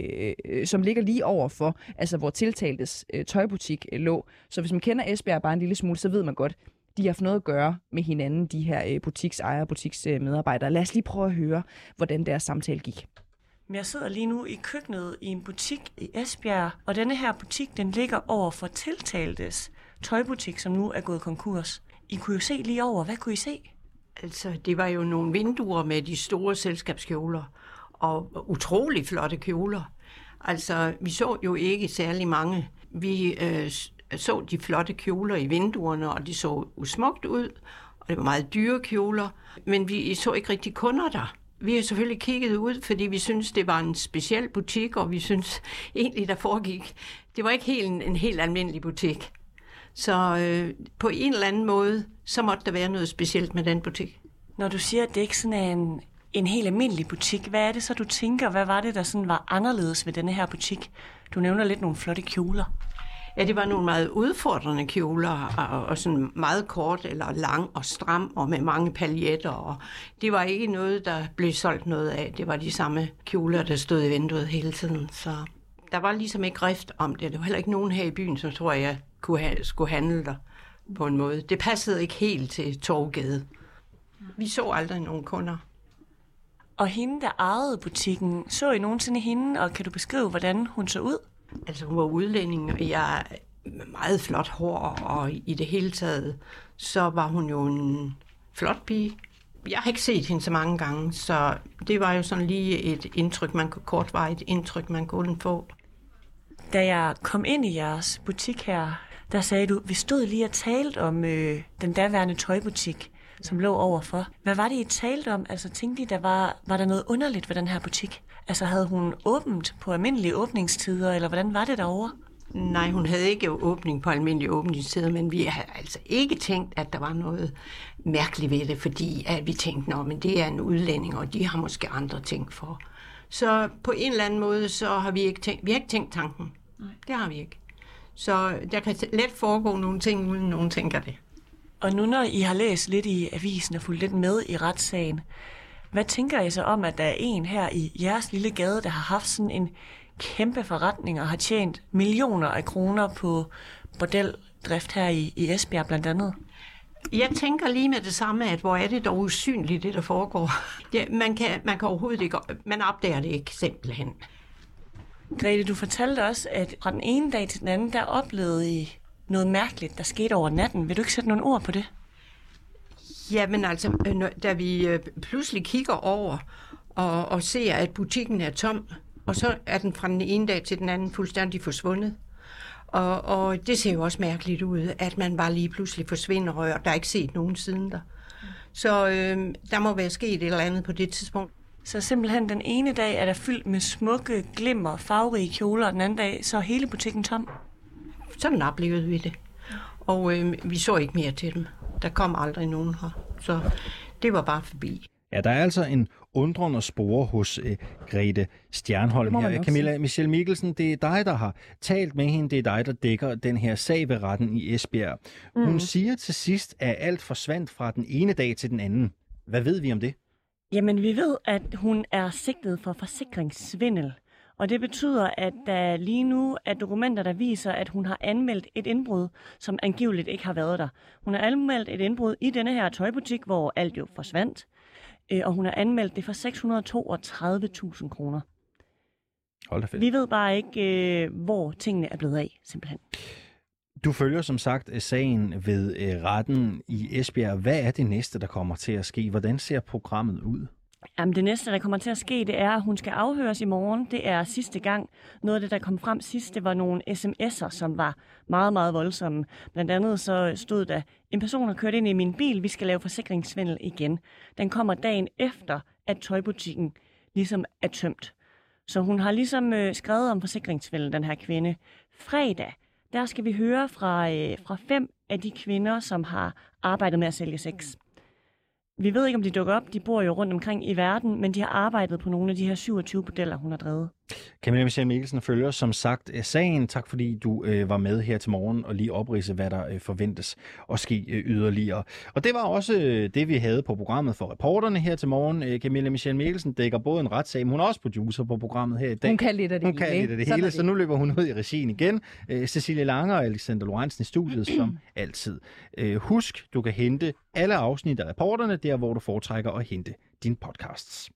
øh, som ligger lige overfor, altså hvor tiltaltes øh, tøjbutik øh, lå. Så hvis man kender Esbjerg bare en lille smule, så ved man godt, de har haft noget at gøre med hinanden, de her øh, butiksejere og butiksmedarbejdere. Lad os lige prøve at høre, hvordan deres samtale gik. Jeg sidder lige nu i køkkenet i en butik i Esbjerg, og denne her butik, den ligger over for tiltaltes tøjbutik, som nu er gået konkurs. I kunne jo se lige over. Hvad kunne I se? Altså, det var jo nogle vinduer med de store selskabskjoler, og utrolig flotte kjoler. Altså, vi så jo ikke særlig mange. Vi øh, så de flotte kjoler i vinduerne, og de så usmukt ud, og det var meget dyre kjoler, men vi så ikke rigtig kunder der. Vi har selvfølgelig kigget ud, fordi vi synes det var en speciel butik, og vi synes egentlig, der foregik. Det var ikke helt en, en helt almindelig butik. Så øh, på en eller anden måde, så måtte der være noget specielt med den butik. Når du siger, at det ikke sådan er en, en helt almindelig butik, hvad er det så, du tænker? Hvad var det, der sådan var anderledes ved denne her butik? Du nævner lidt nogle flotte kjoler. Ja, det var nogle meget udfordrende kjoler, og, og sådan meget kort eller lang og stram, og med mange paljetter. Og det var ikke noget, der blev solgt noget af. Det var de samme kjoler, der stod i vinduet hele tiden. Så der var ligesom ikke rift om det. Der var heller ikke nogen her i byen, som tror jeg kunne have, skulle handle der på en måde. Det passede ikke helt til Torvgade. Vi så aldrig nogen kunder. Og hende, der ejede butikken, så I nogensinde hende, og kan du beskrive, hvordan hun så ud? Altså, hun var udlænding, og jeg med meget flot hår, og i det hele taget, så var hun jo en flot pige. Jeg har ikke set hende så mange gange, så det var jo sådan lige et indtryk, man kunne kortvarigt indtryk, man kunne få. Da jeg kom ind i jeres butik her, der sagde du, vi stod lige og talte om øh, den daværende tøjbutik, som lå overfor. Hvad var det, I talte om? Altså tænkte I, der var, var der noget underligt ved den her butik? Altså havde hun åbent på almindelige åbningstider, eller hvordan var det derovre? Nej, hun havde ikke åbning på almindelige åbningstider, men vi havde altså ikke tænkt, at der var noget mærkeligt ved det, fordi at vi tænkte, nå, men det er en udlænding, og de har måske andre ting for. Så på en eller anden måde, så har vi ikke tænkt, vi har ikke tænkt tanken. Nej. Det har vi ikke. Så der kan let foregå nogle ting, uden nogen tænker det. Og nu når I har læst lidt i avisen og fulgt lidt med i retssagen, hvad tænker I så om, at der er en her i jeres lille gade, der har haft sådan en kæmpe forretning og har tjent millioner af kroner på bordeldrift her i, i Esbjerg blandt andet? Jeg tænker lige med det samme, at hvor er det dog usynligt, det der foregår. Ja, man, kan, man kan overhovedet ikke, man opdager det ikke simpelthen. Grete, du fortalte også, at fra den ene dag til den anden, der oplevede I noget mærkeligt, der skete over natten. Vil du ikke sætte nogle ord på det? Jamen altså, da vi pludselig kigger over og, og ser, at butikken er tom, og så er den fra den ene dag til den anden fuldstændig forsvundet. Og, og det ser jo også mærkeligt ud, at man bare lige pludselig forsvinder, og der er ikke set nogen siden der. Så øh, der må være sket et eller andet på det tidspunkt. Så simpelthen den ene dag er der fyldt med smukke, glimmer, farverige kjoler, og den anden dag så er hele butikken tom? Sådan oplevede vi det. Og øh, vi så ikke mere til dem. Der kom aldrig nogen her. Så det var bare forbi. Ja, der er altså en undrende spore hos øh, Grete Stjernholm her. Camilla Michelle Mikkelsen, det er dig, der har talt med hende. Det er dig, der dækker den her sag ved retten i Esbjerg. Mm. Hun siger til sidst, at alt forsvandt fra den ene dag til den anden. Hvad ved vi om det? Jamen, vi ved, at hun er sigtet for forsikringssvindel. Og det betyder, at der lige nu er dokumenter, der viser, at hun har anmeldt et indbrud, som angiveligt ikke har været der. Hun har anmeldt et indbrud i denne her tøjbutik, hvor alt jo forsvandt. Og hun har anmeldt det for seks hundrede og toogtredive tusind kroner. Hold da fedt. Vi ved bare ikke, hvor tingene er blevet af, simpelthen. Du følger som sagt sagen ved retten i Esbjerg. Hvad er det næste, der kommer til at ske? Hvordan ser programmet ud? Jamen, det næste, der kommer til at ske, det er, at hun skal afhøres i morgen. Det er sidste gang. Noget af det, der kom frem sidst, det var nogle sms'er, som var meget, meget voldsomme. Blandt andet så stod der, en person har kørt ind i min bil, vi skal lave forsikringssvindel igen. Den kommer dagen efter, at tøjbutikken ligesom er tømt. Så hun har ligesom øh, skrevet om forsikringssvindel, den her kvinde. Fredag, der skal vi høre fra, øh, fra fem af de kvinder, som har arbejdet med at sælge sex. Vi ved ikke, om de dukker op. De bor jo rundt omkring i verden, men de har arbejdet på nogle af de her syvogtyve bordeller, hun har drevet. Camilla Michelle Mikkelsen følger som sagt sagen. Tak fordi du øh, var med her til morgen og lige opridse, hvad der øh, forventes at ske øh, yderligere. Og det var også øh, det, vi havde på programmet for reporterne her til morgen. Øh, Camilla Michelle Mikkelsen dækker både en retssag, men hun er også producer på programmet her i dag. Hun kan lidt af det hun hele. Hun kan lidt af det hele, det. Så nu løber hun ud i regien igen. Øh, Cecilie Lange og Alexander Lorentzen i studiet som altid. Øh, husk, du kan hente alle afsnit af reporterne der, hvor du foretrækker at hente dine podcasts.